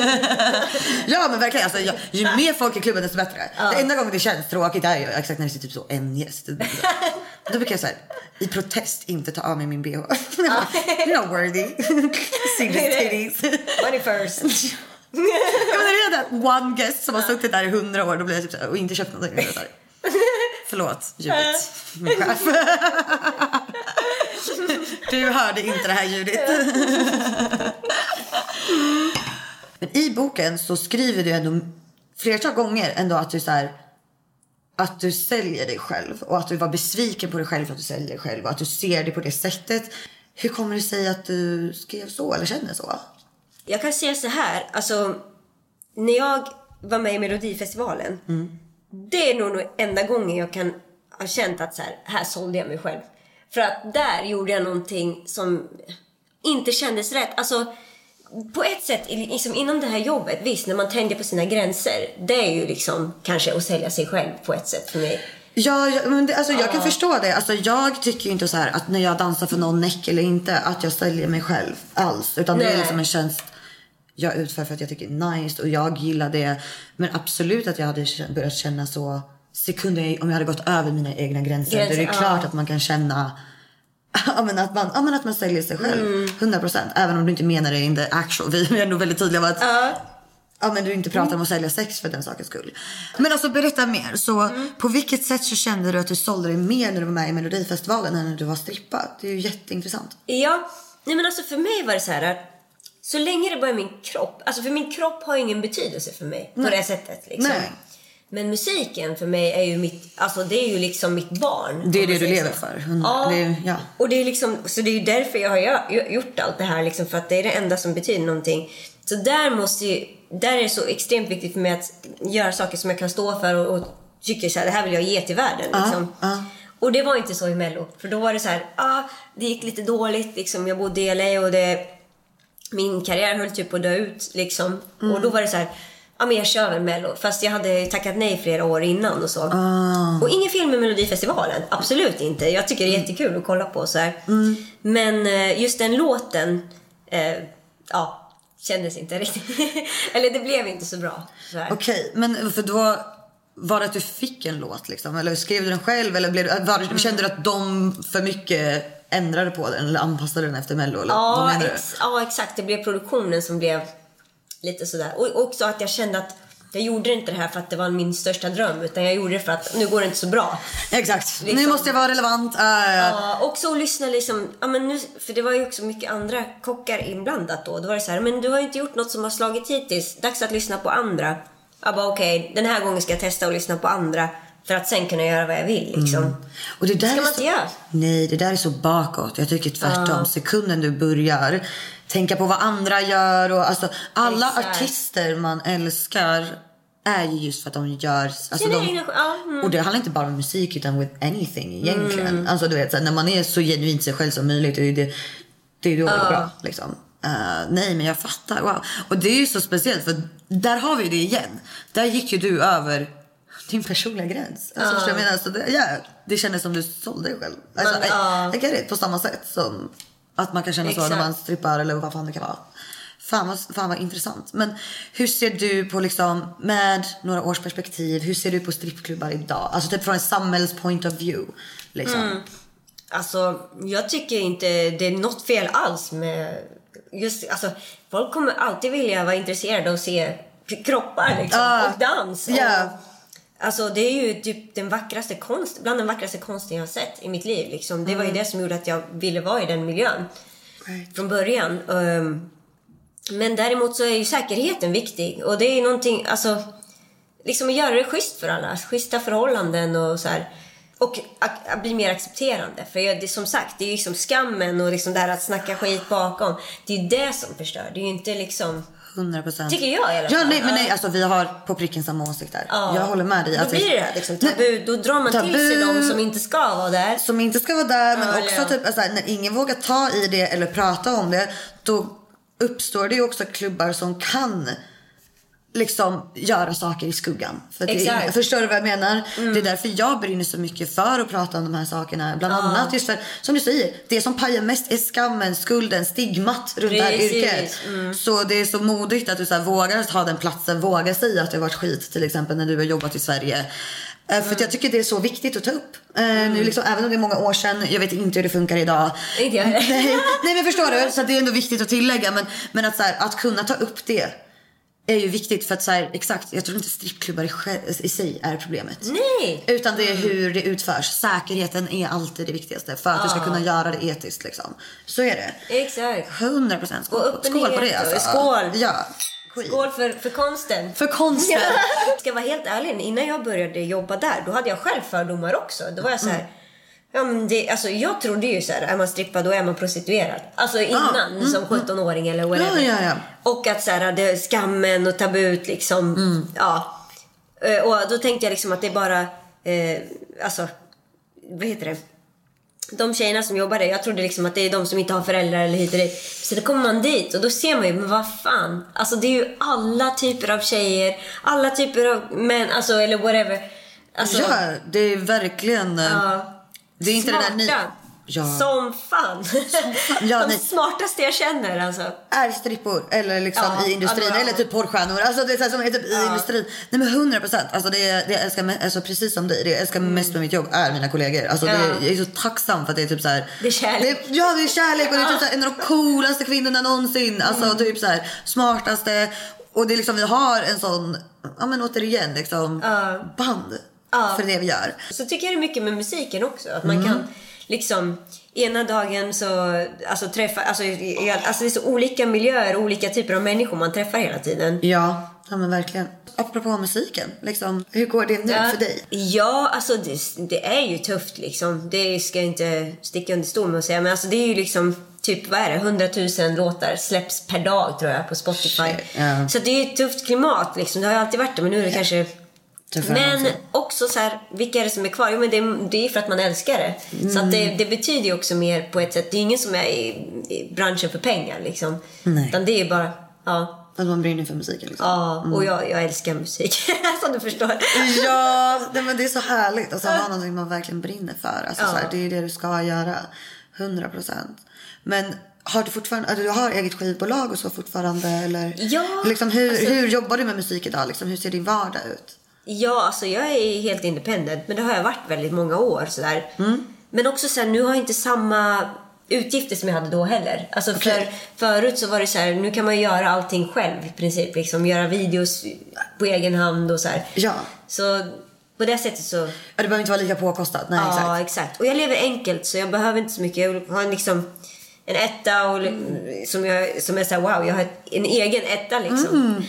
G: Ja, men verkligen. Alltså, ju mer folk i klubben desto bättre. Det enda gången det känns tråkigt är ju exakt när det sitter typ så en gäst. Då brukar jag så här, i protest inte ta av mig min BH. You're not worthy. See the titties.
H: Money first.
G: Ja, men det är den one guest som har suttit där i 100 år. Då blir jag typ så här, och inte köpt någonting. Förlåt, ljudet. Min chef. Du hörde inte det här ljudet. Men i boken så skriver du ändå flera gånger ändå att du så här, att du säljer dig själv och att du var besviken på dig själv för att du säljer dig själv och att du ser det på det sättet. Hur kommer det sig att du skrev så eller känner så?
H: Jag kan säga så här, alltså när jag var med i Melodifestivalen, det är nog enda gången jag kan ha känt att så här sålde jag mig själv. För att där gjorde jag någonting som inte kändes rätt. Alltså på ett sätt liksom, inom det här jobbet, visst när man tänker på sina gränser, det är ju liksom kanske att sälja sig själv på ett sätt för mig.
G: Ja, men det, alltså, jag kan förstå det. Alltså, jag tycker ju inte så här att när jag dansar för någon näck eller inte att jag säljer mig själv alls. Utan det är liksom en tjänst jag utför för att jag tycker det är nice och jag gillar det. Men absolut att jag hade börjat känna så sekunder om jag hade gått över mina egna gränser. Det är det klart att man kan känna att man säljer sig själv 100%. Även om du inte menar det in the actual. Vi är nog väldigt tydliga med att men du inte pratar om att sälja sex för den sakens skull. Men alltså berätta mer. Så på vilket sätt så kände du att du sålde dig mer när du var med i Melodifestivalen än när du var strippa? Det är ju jätteintressant.
H: Ja, nej men alltså för mig var det så här, så länge det bara är min kropp. Alltså för min kropp har ingen betydelse för mig på det sättet liksom. Nej. Men musiken för mig är ju mitt, alltså det är ju liksom mitt barn.
G: Det är det du lever för.
H: Ja. Och det är liksom, så det är ju därför jag har gjort allt det här liksom, för att det är det enda som betyder någonting. Så där är det så extremt viktigt för mig att göra saker som jag kan stå för och tycker så här, det här vill jag ge till världen liksom. Och det var inte så i Mello, för då var det så här, det gick lite dåligt liksom, jag bodde i LA och min karriär höll typ på att dö ut liksom. Och då var det så här, men jag kör väl Mello. Fast jag hade tackat nej flera år innan och så. Och ingen film med Melodifestivalen. Absolut inte. Jag tycker det är jättekul att kolla på så här. Men just den låten kändes inte riktigt. Eller det blev inte så bra.
G: Okej, men för då var det att du fick en låt liksom? Eller skrev du den själv? Eller kände du att de för mycket ändrade på den? Eller anpassade den efter Mello? Eller, vad menar du?
H: Ja, exakt. Det blev produktionen som blev lite sådär. Och också att jag kände att jag gjorde inte det här för att det var min största dröm, utan jag gjorde det för att nu går det inte så bra.
G: Exakt,
H: liksom.
G: Nu måste jag vara relevant.
H: Ja, också lyssna liksom, ja, men nu, för det var ju också mycket andra kockar inblandat då. Då var det så här, men du har inte gjort något som har slagit hittills. Dags att lyssna på andra. Jag bara okej, den här gången ska jag testa att lyssna på andra för att sen kunna göra vad jag vill liksom.
G: Och det där
H: ska man inte göra?
G: Nej, det där är så bakåt. Jag tycker tvärtom. Sekunden du börjar tänka på vad andra gör och alltså alla artister man älskar är ju just för att de gör alltså och det handlar inte bara om musik utan with anything egentligen. Alltså du vet så här, när man är så genuint sig själv som möjligt det är då det är bra liksom. Nej men jag fattar, wow. Och det är ju så speciellt för där har vi det igen. Där gick ju du över din personliga gräns. Alltså jag menar, alltså, det kändes som du sålde dig själv. Alltså, jag get it, på samma sätt som att man kan känna så när man strippar eller vad fan det kan vara. Fan vad intressant. Men hur ser du på liksom, med några års perspektiv, hur ser du på strippklubbar idag? Alltså typ från en samhälls point of view liksom.
H: Alltså jag tycker inte det är något fel alls med just, alltså folk kommer alltid vilja vara intresserade av att se kroppar liksom, och dans och, alltså det är ju typ den vackraste bland den vackraste konsten jag har sett i mitt liv liksom. Det var ju det som gjorde att jag ville vara i den miljön från början. Men däremot så är ju säkerheten viktig. Och det är någonting, alltså liksom att göra det schysst för alla, schyssta förhållanden och så här. Och att bli mer accepterande. För det, som sagt, det är ju liksom skammen och liksom där att snacka skit bakom. Det är ju det som förstör. Det är ju inte liksom
G: 100%.
H: Tycker jag i alla fall.
G: Ja, nej, alltså vi har på pricken samma åsikter. Jag håller med dig.
H: Då blir det liksom tabu. Då drar man till sig de som inte ska vara där.
G: Som inte ska vara där, men också typ alltså, när ingen vågar ta i det eller prata om det, då uppstår det ju också klubbar som kan liksom göra saker i skuggan. För att förstår du vad jag menar? Det är därför jag brinner så mycket för att prata om de här sakerna. Bland annat just för, som du säger, det som pajar mest är skammen, skulden, stigmat runt det här yrket. Så det är så modigt att du så här, vågar ha den platsen, vågar säga att det har varit skit, till exempel när du har jobbat i Sverige. För att jag tycker det är så viktigt att ta upp. Nu liksom, även om det är många år sedan, jag vet inte hur det funkar idag. Nej men förstår du? Så det är ändå viktigt att tillägga. Men att, så här, att kunna ta upp det är ju viktigt för att så här, exakt, jag tror inte strippklubbar i sig är problemet.
H: Nej.
G: Utan det är hur det utförs. Säkerheten är alltid det viktigaste för att du ska kunna göra det etiskt liksom. Så är det.
H: Exakt.
G: 100% skål på det alltså.
H: Skål.
G: Ja.
H: Skål för konsten.
G: För konsten.
H: Ska jag vara helt ärlig, innan jag började jobba där, då hade jag själv fördomar också. Då var jag så här, ja, men det, alltså, jag trodde ju så här, är man strippad då är man prostituerad. Alltså innan, som 17-åring eller whatever.
G: Ja.
H: Och att så här, det är skammen och tabut liksom. Ja. Och då tänkte jag liksom att det är bara alltså, vad heter det? De tjejerna som jobbar där, jag trodde liksom att det är de som inte har föräldrar eller hit och dit. Så då kommer man dit och då ser man ju, men vad fan, alltså det är ju alla typer av tjejer, alla typer av män, alltså eller whatever, alltså,
G: ja, det är verkligen det är inte
H: smarta.
G: Det där
H: som fan.
G: Ja,
H: de smartaste jag känner alltså.
G: Är strippor eller liksom i industrin eller typ porrstjärnor. Alltså det är så här som är typ i industrin. Nej men 100%. Alltså det jag älskar alltså precis som dig. Det jag älskar mest med mitt jobb är mina kollegor. Alltså jag är så tacksam för att det är typ så här.
H: Det är kärlek.
G: Det är kärlek och det är typ så här, en av de coolaste kvinnorna någonsin. Alltså typ så här smartaste, och det är liksom vi har en sån, ja men återigen liksom band för det vi gör.
H: Så tycker jag det är mycket med musiken också, att man kan liksom ena dagen så alltså träffa alltså det är så olika miljöer, olika typer av människor man träffar hela tiden.
G: Ja men verkligen. Apropå musiken, liksom, hur går det nu för dig?
H: Ja, alltså det är ju tufft liksom. Det ska jag inte sticka under stol med att säga, men alltså det är ju liksom typ, vad är det, 100 000 låtar släpps per dag tror jag på Spotify. Så det är ju ett tufft klimat liksom. Det har ju alltid varit det, men nu är det kanske men också så här, vilka är det som är kvar? Jo, men det är för att man älskar det. Så att det betyder ju också mer på ett sätt. Det är ingen som är i branschen för pengar liksom.
G: Nej.
H: Utan det är bara
G: att man brinner för musiken liksom.
H: Ja, och jag älskar musik. Som du förstår.
G: Ja, men det är så härligt. Alltså ha någonting man verkligen brinner för. Alltså, så här, det är det du ska göra. 100%. Men har du fortfarande, du har eget skivbolag och så fortfarande, eller?
H: Ja.
G: Liksom, hur jobbar du med musik idag? Liksom, hur ser din vardag ut?
H: Ja, alltså jag är helt independent, men det har jag varit väldigt många år sådär. Men också så här, nu har jag inte samma utgifter som jag hade då heller. Alltså förut så var det så här, nu kan man göra allting själv i princip, liksom göra videos på egen hand och så här.
G: Ja.
H: Så på det sättet så...
G: Ja, det behöver inte vara lika påkostat. Nej,
H: ja, exakt. Och jag lever enkelt så jag behöver inte så mycket. Jag har liksom en etta och, som är så här, wow, jag har en egen etta liksom.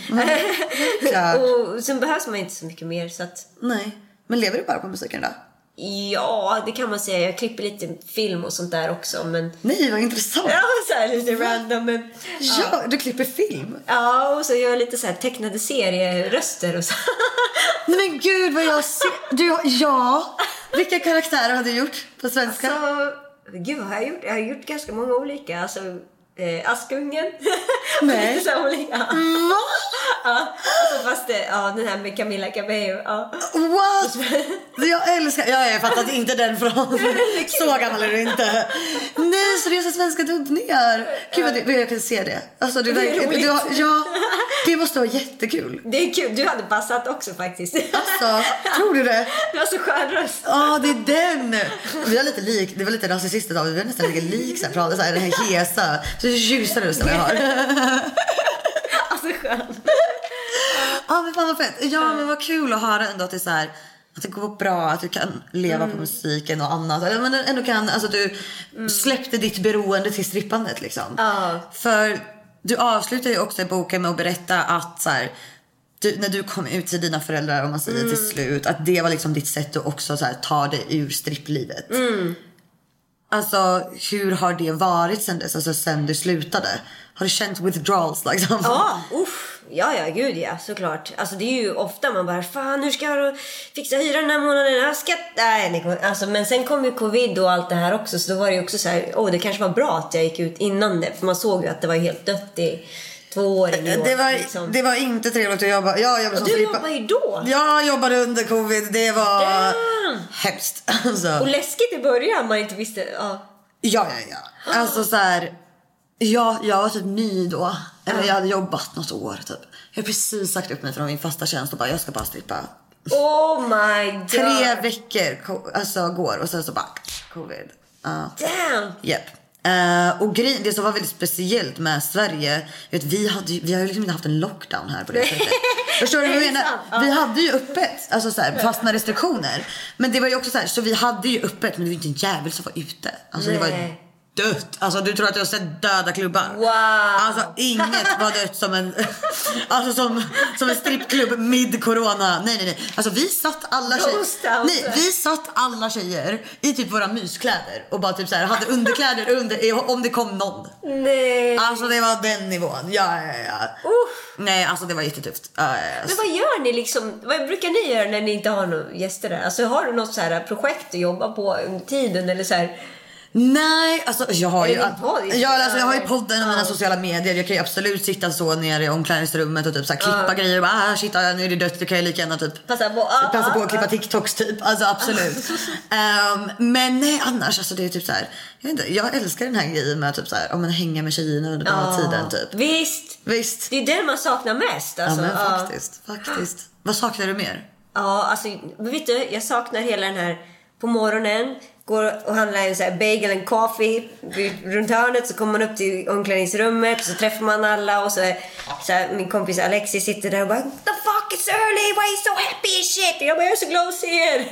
H: Och sen behövs man inte så mycket mer så att...
G: Nej, men lever du bara på musiken då?
H: Ja, det kan man säga. Jag klipper lite film och sånt där också, men...
G: Nej, vad intressant.
H: Ja, så här lite random, men...
G: Ja, du klipper film?
H: Ja, och så gör jag lite så här tecknade serieröster och så.
G: Nej men gud, vad jag ser... Vilka karaktärer har du gjort på svenska?
H: Alltså, gud vad har jag gjort? Jag har gjort ganska många olika, alltså... Askungen.
G: Nej.
H: Så olika.
G: Va?
H: Ja, alltså fast den här med Camila Cabello. Ja.
G: What? Jag älskar... Jag fattat inte den från... Så gammal är du inte. Nej, så det är så svenska dubbningar. Gud vad jag kan se det. Alltså det det måste vara jättekul.
H: Det är kul, du hade passat också faktiskt.
G: Alltså, tror du det?
H: Du har så skön röst.
G: Ja, det är den. Vi har lite lik, det var lite rasistiskt av. Vi har nästan lite lik så här, pratar så här, den här hesa. Så ljusare rösten jag har.
H: Alltså skön.
G: Ja, men fan vad fett. Ja, men vad kul att höra ändå att det är så här, att det går bra, att du kan leva på musiken och annat. Men ändå kan, alltså du släppte ditt beroende till strippandet liksom. För du avslutar ju också i boken med att berätta att så här, när du kom ut till dina föräldrar, om man säger till slut, att det var liksom ditt sätt att också så här, ta dig ur stripplivet. Alltså, hur har det varit sen dess? Alltså sen du slutade? Har du känt withdrawals liksom?
H: Ja, gud ja, såklart. Alltså det är ju ofta man bara, fan hur ska jag fixa hyran den här månaden? Jag ska... Nej, alltså, men sen kom ju covid och allt det här också. Så då var det ju också så här, det kanske var bra att jag gick ut innan det. För man såg ju att det var helt dött i 2 år.
G: Det var inte trevligt att jobba.
H: Du jobbade ju då?
G: Jag jobbade under covid. Det var hemskt. Alltså.
H: Och läskigt i början, man inte visste.
G: Ja. Alltså så här, jag var typ ny då. Eller jag hade jobbat något år typ. Jag har precis sagt upp mig från min fasta tjänst och bara, jag ska bara strippa.
H: Oh my god.
G: 3 veckor alltså går och sen så bara covid.
H: Damn.
G: Japp. Och det som var väldigt speciellt med Sverige, vi har ju liksom inte haft en lockdown här på det sättet. Förstår du vad jag menar? Vi hade ju öppet, alltså så här, fast med restriktioner. Men det var ju också så här, så vi hade ju öppet, men det var inte en jävel som var ute. Alltså det var dött. Alltså du tror att jag har sett döda klubbar.
H: Wow.
G: Alltså inget var dött som en alltså som en strippklubb mid corona. Nej. Alltså vi satt alla tjejer i typ våra myskläder och bara typ så här hade underkläder under om det kom någon.
H: Nej.
G: Alltså det var den nivån. Ja. Nej, alltså det var jättetufft.
H: Men vad gör ni liksom? Vad brukar ni göra när ni inte har några gäster där? Alltså har du något så här projekt att jobba på under tiden eller så här?
G: Nej, alltså jag har ju podden och mina sociala medier. Jag kan ju absolut sitta så nere i omklädningsrummet och typ så här klippa grejer och bara, shit, nu är det dött, det kan jag lika gärna typ passa på att klippa TikToks typ. Alltså absolut. Men nej, annars alltså det är typ så här, jag vet inte, jag älskar den här grejen med typ så här, om man hänger med tjejerna under den här tiden typ. Visst. Det är det man saknar mest alltså. Ja, men faktiskt. Vad saknar du mer?
H: Ja, alltså vet du, jag saknar hela den här på morgonen. Går och handlar en så här bagel and coffee runt hörnet, så kommer man upp till omklädningsrummet, så träffar man alla och så här, min kompis Alexis sitter där och bara, the fuck it's early, why are you so happy and shit? Och jag bara, jag är så glad att se er.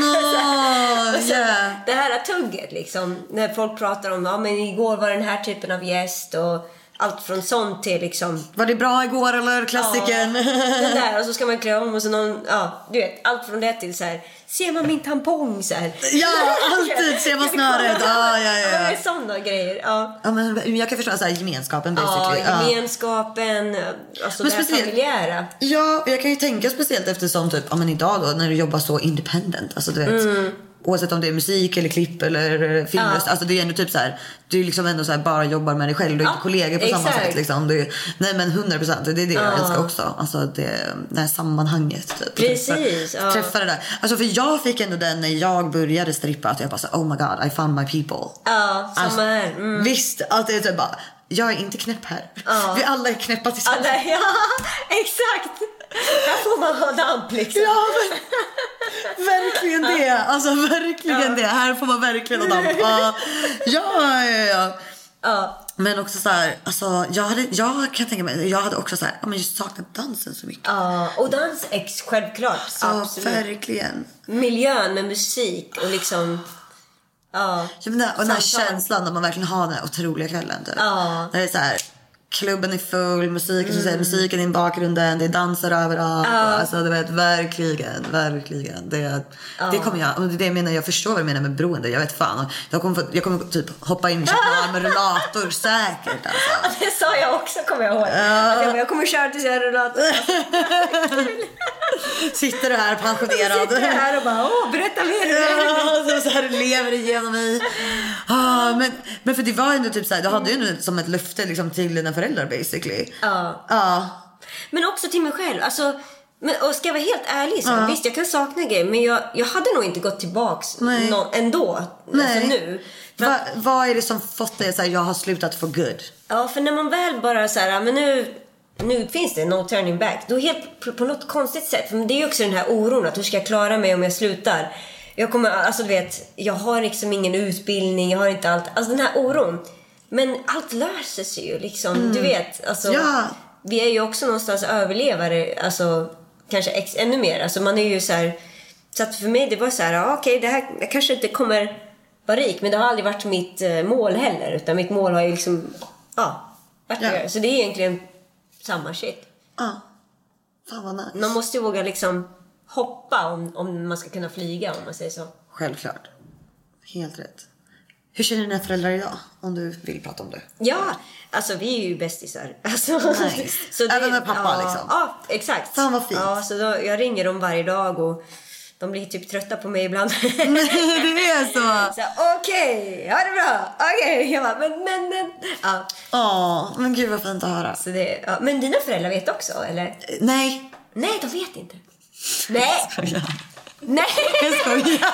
H: Det här tugget liksom, när folk pratar om, men igår var den här typen av gäst och allt från sånt till liksom,
G: var det bra igår eller klassiken?
H: Den där, och så ska man klä om och så någon, du vet, allt från det till så här, ser man min tampong så här.
G: Ja, alltid ser man snöret. Ja.
H: Det är sådana grejer. Ja,
G: men jag kan förstå så här, gemenskapen basically.
H: Gemenskapen, alltså det familjära. Ja,
G: jag kan ju tänka speciellt eftersom typ, men idag då när du jobbar så independent, alltså du vet, oavsett om det är musik eller klipp eller film, alltså det är ändå typ så här, du liksom ändå så här bara jobbar med dig själv, du är inte kollegor på samma sätt liksom. Nej men 100%, det är det jag älskar också, alltså det här sammanhanget typ.
H: Precis.
G: Träffa det där. Alltså för jag fick ändå den när jag började strippa, att jag bara så, oh my god, I found my people.
H: Samma här.
G: Visst, att det är typ bara, jag är inte knäpp här. Vi alla är knäppa tillsammans.
H: Ja, exakt. Här får man ha damp liksom.
G: Ja, men verkligen det. Alltså verkligen det. Här får man verkligen ha damp. Ja. Men också så här, alltså jag kan tänka mig, jag hade också så här, men just saknat dansen så mycket.
H: Ja, och dans är självklart.
G: Ja, verkligen.
H: Miljön med musik och liksom
G: och den här känslan när man verkligen har den här otroliga kvällen typ. Det är så här, klubben är full, musiken i bakgrunden, det är dansar överallt. Alltså du vet, verkligen det kommer jag, och det menar jag förstår vad jag menar med beroende. Jag vet fan, jag kommer typ hoppa in i Köpenhamn med rullator säkert alltså.
H: Det sa jag också, kommer jag ihåg. Jag kommer köra till sin rullator.
G: Sitter du här pensionerad?
H: Sitter du här och bara, berätta mer.
G: Så här lever igenom mig. Men för det var ändå typ så här, du hade ju som ett löfte liksom till dina föräldrar basically.
H: Men också till mig själv. Alltså, och ska jag vara helt ärlig så visst, jag kan sakna grejer, men jag hade nog inte gått tillbaks ändå. Alltså nu.
G: Vad är det som fått dig så här, jag har slutat for good?
H: Ja, för när man väl bara så här, men nu finns det no turning back. Då helt på något konstigt sätt. För det är ju också den här oron att hur ska jag klara mig om jag slutar. Jag kommer, alltså du vet, jag har liksom ingen utbildning, jag har inte allt. Alltså den här oron. Men allt löser sig ju liksom, du vet. Alltså, vi är ju också någonstans överlevare, alltså kanske ännu mer. Alltså man är ju så här, så att för mig det var så här, okej, det här kanske inte kommer vara rik, men det har aldrig varit mitt mål heller. Utan mitt mål har ju liksom, varit så det är egentligen samma shit.
G: Fan vad nice.
H: Man måste ju våga liksom hoppa om man ska kunna flyga, om man säger så.
G: Självklart. Helt rätt. Hur känner dina föräldrar idag? Om du vill prata om det.
H: Ja, alltså vi är ju bästisar. Alltså,
G: nice. Så
H: det,
G: även med pappa liksom.
H: Ja, exakt.
G: Fan vad fint.
H: Ja, så jag ringer dem varje dag och de blir typ trötta på mig ibland.
G: Det är så.
H: Okej, ha det bra. Okej, jag bara, men.
G: Men gud vad fint att höra.
H: Så det, men dina föräldrar vet också, eller?
G: Nej,
H: de vet inte. Nej. Nej,
G: jag skojar.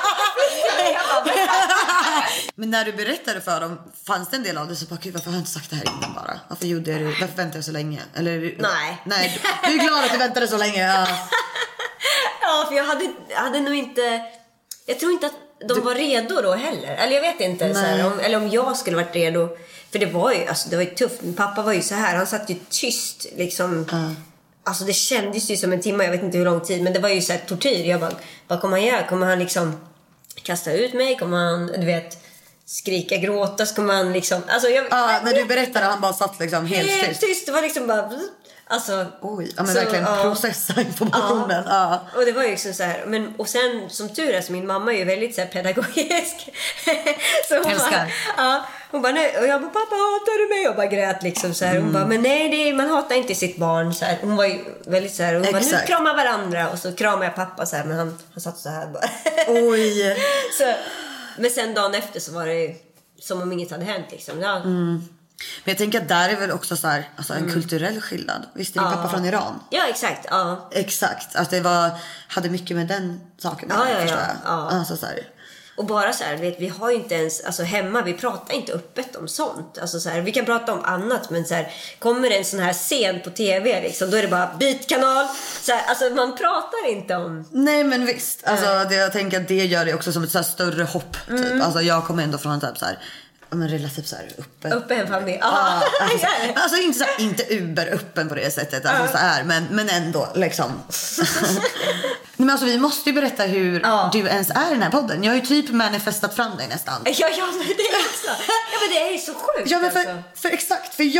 G: Men när du berättade för dem, fanns det en del av det så bara, gud, varför har jag inte sagt det här innan bara? Varför väntade jag så länge? Eller, nej, du är glad att du väntade så länge.
H: Ja, för jag hade nog inte, jag tror inte att de var redo då heller. Eller jag vet inte så här, eller om jag skulle varit redo. För det var ju tufft. Min pappa var ju så här, han satt ju tyst liksom. Alltså det kändes ju som en timme, jag vet inte hur lång tid, men det var ju så här tortyr. Jag bara, vad kommer han göra? Kommer han liksom kasta ut mig? Kommer han, du vet, skrika, gråta? Så kommer han liksom, alltså
G: när du berättade, han bara satt liksom helt tyst.
H: Det var liksom bara, alltså,
G: oj, men verkligen processa informationen.
H: Och det var ju liksom så här, men och sen som tur är så min mamma är ju väldigt så här pedagogisk. Så hon bara, nej, och jag bara, pappa, hatar du mig? Och bara grät liksom så här. Hon bara, men nej, man hatar inte sitt barn så här. Hon var ju väldigt så här, hon bara, nu kramar varandra. Och så kramar jag pappa så här, men han satt så här bara.
G: Oj.
H: Så, men sen dagen efter så var det ju som om inget hade hänt liksom.
G: Men jag tänker att där är väl också så här, alltså en kulturell skillnad. Visst är din pappa från Iran?
H: Ja, exakt.
G: Exakt, att det hade mycket med den saken förstår jag. Alltså så här.
H: Och bara så här, vet, vi har ju inte ens, alltså hemma, vi pratar inte öppet om sånt. Alltså så här, vi kan prata om annat, men så här, kommer det en sån här scen på tv liksom, då är det bara bytkanal. Så här, alltså man pratar inte om.
G: Nej, men visst. Alltså jag tänker att det gör det också som ett så här större hopp typ. Alltså jag kommer ändå från typ så här, men relativt så här
H: öppen familj.
G: Alltså inte uber öppen på det sättet alltså så här, men ändå liksom. Men alltså vi måste ju berätta hur du ens är i den här podden. Jag har ju typ manifestat fram dig nästan.
H: Ja, men det är också. Ja, men det är ju så sjukt.
G: Ja, men för exakt, för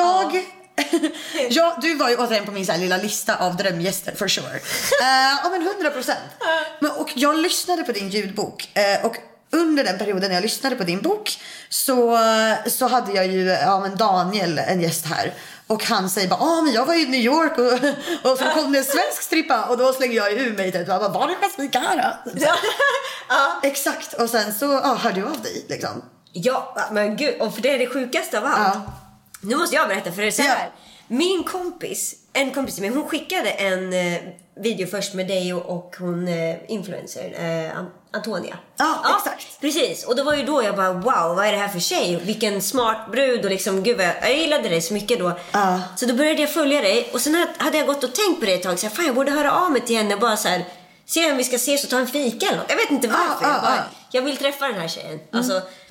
G: du var ju återigen på min så här lilla lista av drömgäster for sure. Men 100%. Men och jag lyssnade på din ljudbok och under den perioden när jag lyssnade på din bok så hade jag ju Daniel, en gäst här. Och han säger bara, men jag var i New York och så kom det en svensk strippa. Och då slänger jag ur mig och bara, var det Jasmine Cara? Exakt, och sen så hörde jag av dig liksom.
H: Ja, men gud, och för det är det sjukaste av allt. Nu måste jag berätta, för det är så här. Min kompis, en kompis till mig, hon skickade en video först med dig och hon influencer, Antonia.
G: Ja, exakt.
H: Precis, och då var ju då jag bara, wow, vad är det här för tjej? Vilken smart brud, och liksom, gud, jag gillade dig så mycket då. Så då började jag följa dig, och sen hade jag gått och tänkt på det ett tag, så här, fan, jag borde höra av mig till henne, bara så här, se om vi ska ses och ta en fika eller något. Jag vet inte varför, jag vill träffa den här tjejen. Alltså,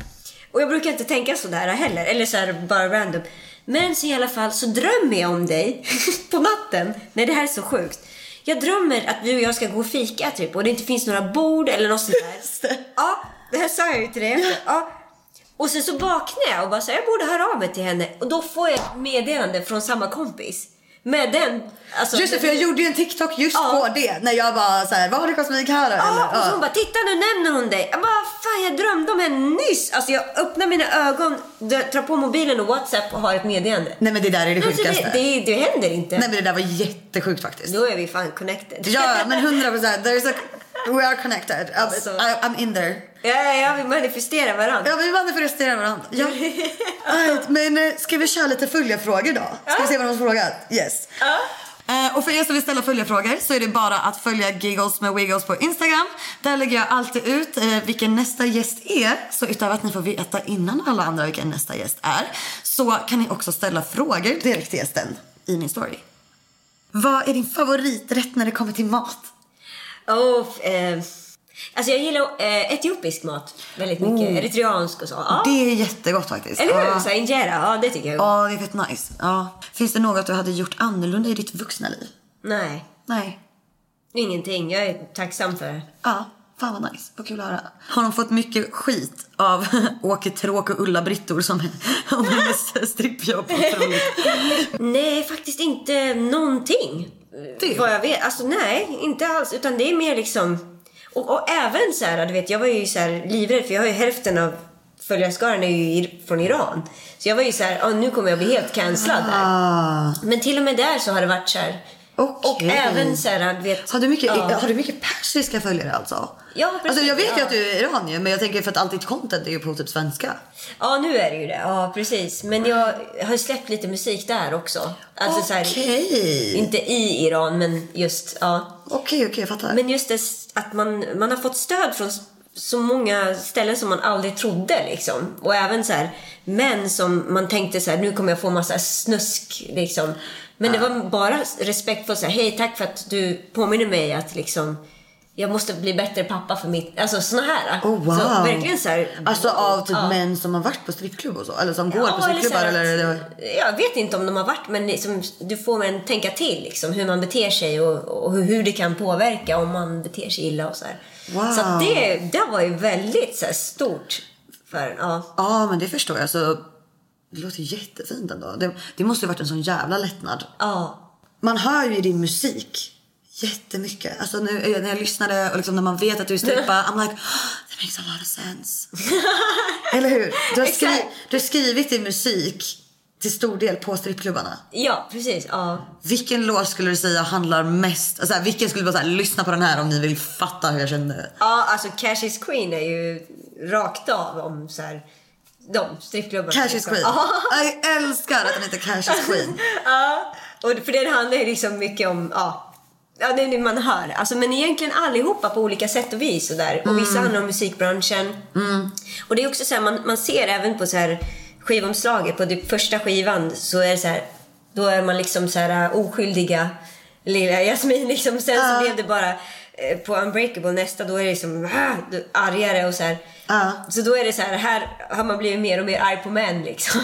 H: Och jag brukar inte tänka sådär heller. Eller så här bara random. Men så i alla fall så drömmer jag om dig på natten. Nej, det här är så sjukt. Jag drömmer att du och jag ska gå och fika typ. Och det inte finns några bord eller något sånt där. Ja, det här sa jag ju till dig. Ja. Och sen så vaknar jag och bara så här, jag borde höra av mig till henne. Och då får jag ett meddelande från samma kompis. Med den, alltså,
G: just det, för jag gjorde ju en TikTok just på det. När jag bara så här, vad har du kosmetik här?
H: Ja, och så hon bara, titta nu nämner hon dig. Jag bara, fan jag drömde om henne nyss. Alltså jag öppnar mina ögon, drar på mobilen och WhatsApp och har ett meddelande.
G: Nej men det där är det sjukaste.
H: Alltså, det händer inte.
G: Nej men det där var jättesjukt faktiskt.
H: Då är vi fan connected.
G: Ja men 100%, we are connected.
H: Alltså.
G: I'm in there.
H: Ja, vi manifesterar varandra.
G: Ja, vi manifesterar varandra. Ja. Men ska vi köra lite följarfrågor då? Ska vi se vad de har frågat? Yes. Och för er som vill ställa följarfrågor så är det bara att följa Giggles med Wiggles på Instagram. Där lägger jag alltid ut vilken nästa gäst är. Så utöver att ni får veta innan alla andra vilken nästa gäst är, så kan ni också ställa frågor direkt till gästen i min story. Vad är din favoriträtt när det kommer till mat?
H: Alltså jag gillar etiopisk mat väldigt mycket. Eritreansk och så. Ja.
G: Det är jättegott faktiskt.
H: Eller hur? Så injera, ja det tycker jag.
G: Ja, det är fett nice. Ja. Finns det något du hade gjort annorlunda i ditt vuxna liv? Nej.
H: Ingenting, jag är tacksam för det.
G: Ja, fan vad nice. Vad kul att höra. Har de fått mycket skit av Åke Tråk och Ulla Brittor som om hennes strippjobb?
H: Nej, faktiskt inte någonting. Vad jag vet. Alltså nej, inte alls. Utan det är mer liksom... Och även så här, du vet, jag var ju så här livrädd. För jag har ju hälften av följarskaran är ju från Iran. Så jag var ju så här, nu kommer jag bli helt cancellad där. Men till och med där så har det varit så här... Okay. Och även så här, du vet...
G: Har du mycket persiska följare alltså?
H: Ja, precis.
G: Alltså jag vet ju att du är iranier, men jag tänker för att allt ditt content är ju på typ svenska.
H: Ja, nu är det ju det. Ja, precis. Men jag har släppt lite musik där också. Alltså så här, inte i Iran, men just, ja.
G: Okej, jag fattar.
H: Men just det att man har fått stöd från så många ställen som man aldrig trodde liksom. Och även så här, män som man tänkte så här, nu kommer jag få massa snusk liksom. Men det var bara respekt för att säga, hej, tack för att du påminner mig att liksom, jag måste bli bättre pappa för mitt, alltså såna här.
G: Wow.
H: Så verkligen så här,
G: alltså av typ män som har varit på strippklubb och så, eller som går på strippklubbar eller
H: jag vet inte om de har varit, men liksom, du får en tänka till liksom, hur man beter sig och hur det kan påverka om man beter sig illa och så här.
G: Wow.
H: Så det var ju väldigt så här, stort för
G: Ja, men det förstår jag. Så det låter jättefint ändå. Det måste ha varit en sån jävla lättnad.
H: Ja.
G: Man hör ju i din musik jättemycket. Alltså nu när jag lyssnade och liksom när man vet att du är strippa, I'm like, that makes a lot of sense. Eller hur? Du har skrivit din musik till stor del på strippklubbarna.
H: Ja, precis. Ja.
G: Vilken låt skulle du säga handlar mest, alltså vilken skulle du bara säga, lyssna på den här om ni vill fatta hur jag kände?
H: Ja, alltså Cash is Queen är ju rakt av om så här, de strippklubbarna.
G: Cash is Queen. Jag älskar att den heter Cash is Queen.
H: Ja, och för det handlar ju liksom mycket om ja, det är det man hör. Alltså, men egentligen allihopa på olika sätt och vis och där. Och vissa handlar om musikbranschen. Och det är också så här, man ser även på så här skivomslaget på det första skivan, så är det så här, då är man liksom så här oskyldiga lilla Jasmin liksom. Sen så blev det bara på Unbreakable nästa, då är det liksom argare och så här. Så då är det så här har man blivit mer och mer arg på män liksom.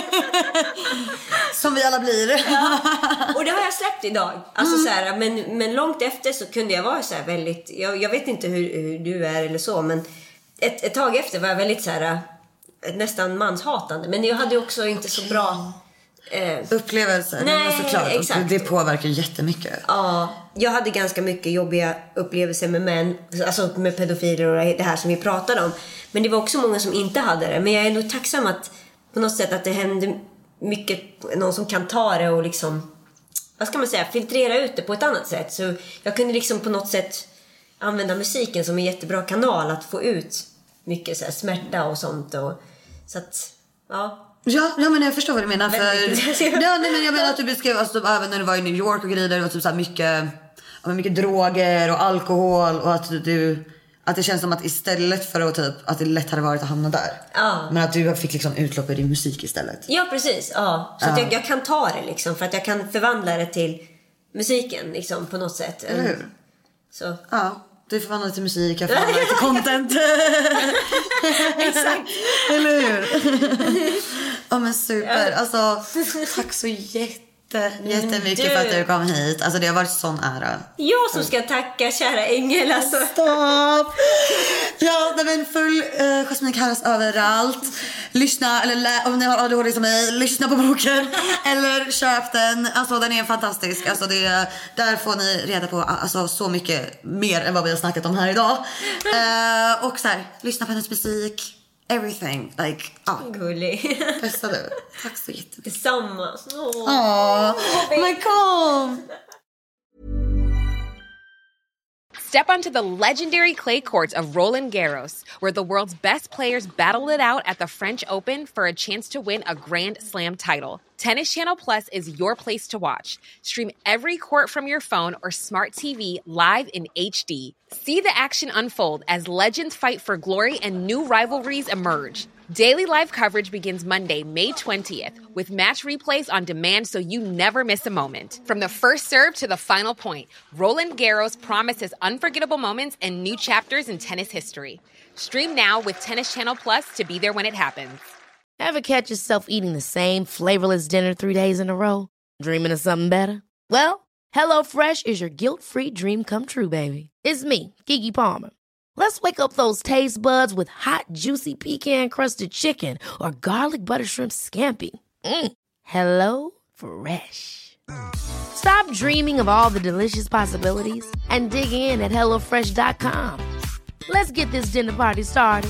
G: Som vi alla blir.
H: Och det har jag släppt idag. Alltså så här, men långt efter så kunde jag vara så här väldigt, jag vet inte hur du är eller så, men ett tag efter var jag väldigt så här nästan manshatande, men jag hade också inte så bra
G: upplevelser.
H: Nej,
G: såklart.
H: exakt.
G: Det påverkar jättemycket.
H: Ja, jag hade ganska mycket jobbiga upplevelser med män, alltså med pedofiler och det här som vi pratade om. Men det var också många som inte hade det. Men jag är ändå tacksam att på något sätt att det hände mycket, någon som kan ta det och liksom, vad ska man säga, filtrera ut det på ett annat sätt. Så jag kunde liksom på något sätt använda musiken som en jättebra kanal att få ut mycket så här smärta och sånt. Och, så att,
G: Ja, men jag förstår vad du menar. Men jag menar att du beskrev alltså, även när du var i New York och grejer, där det var typ så här mycket droger och alkohol, och att det känns som att istället för att typ, att det lätt hade varit att hamna där. Men att du fick liksom utlopp i din musik istället.
H: Ja, precis. Ja. Så att jag kan ta det liksom, för att jag kan förvandla det till musiken liksom på något sätt.
G: Eller hur?
H: Så.
G: Du får vandra till musik, jag får vandra till content.
H: Exakt.
G: Eller hur? Ja men super. Alltså, tack så jättemycket för att du kom hit. Alltså det har varit sån ära.
H: Jag som ska tacka, kära ängel. Alltså.
G: Stopp! Ja, men full Jasmine Karas överallt. Lyssna, eller om ni har ADHD som mig, lyssna på boken. Eller köp den. Alltså den är fantastisk. Alltså där får ni reda på alltså, så mycket mer än vad vi har snackat om här idag. Och så här, lyssna på hennes musik. Everything, like,
H: gullig.
G: Bästa du. Tack så jättemycket.
H: Detsamma.
G: Men kom!
L: Step onto the legendary clay courts of Roland Garros, where the world's best players battle it out at the French Open for a chance to win a Grand Slam title. Tennis Channel Plus is your place to watch. Stream every court from your phone or smart TV live in HD. See the action unfold as legends fight for glory and new rivalries emerge. Daily live coverage begins Monday, May 20th, with match replays on demand so you never miss a moment. From the first serve to the final point, Roland Garros promises unforgettable moments and new chapters in tennis history. Stream now with Tennis Channel Plus to be there when it happens.
I: Ever catch yourself eating the same flavorless dinner 3 days in a row? Dreaming of something better? Well, HelloFresh is your guilt-free dream come true, baby. It's me, Keke Palmer. Let's wake up those taste buds with hot, juicy pecan-crusted chicken or garlic butter shrimp scampi. Hello Fresh. Stop dreaming of all the delicious possibilities and dig in at HelloFresh.com. Let's get this dinner party started.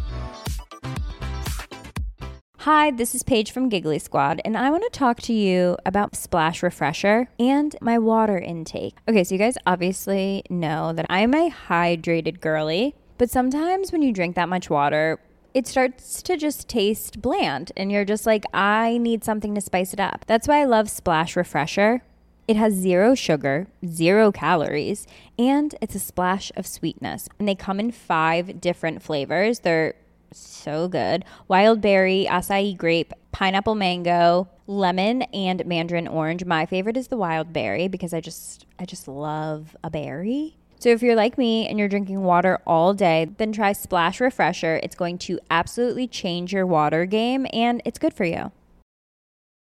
M: Hi, this is Paige from Giggly Squad, and I want to talk to you about Splash Refresher and my water intake. Okay, so you guys obviously know that I'm a hydrated girly, but sometimes when you drink that much water, it starts to just taste bland, and you're just like, I need something to spice it up. That's why I love Splash Refresher. It has 0 sugar, 0 calories, and it's a splash of sweetness. And they come in 5 different flavors. They're so good. Wild berry, acai grape, pineapple mango, lemon, and mandarin orange. My favorite is the wild berry because I just love a berry. So if you're like me and you're drinking water all day, then try Splash Refresher. It's going to absolutely change your water game, and it's good for you.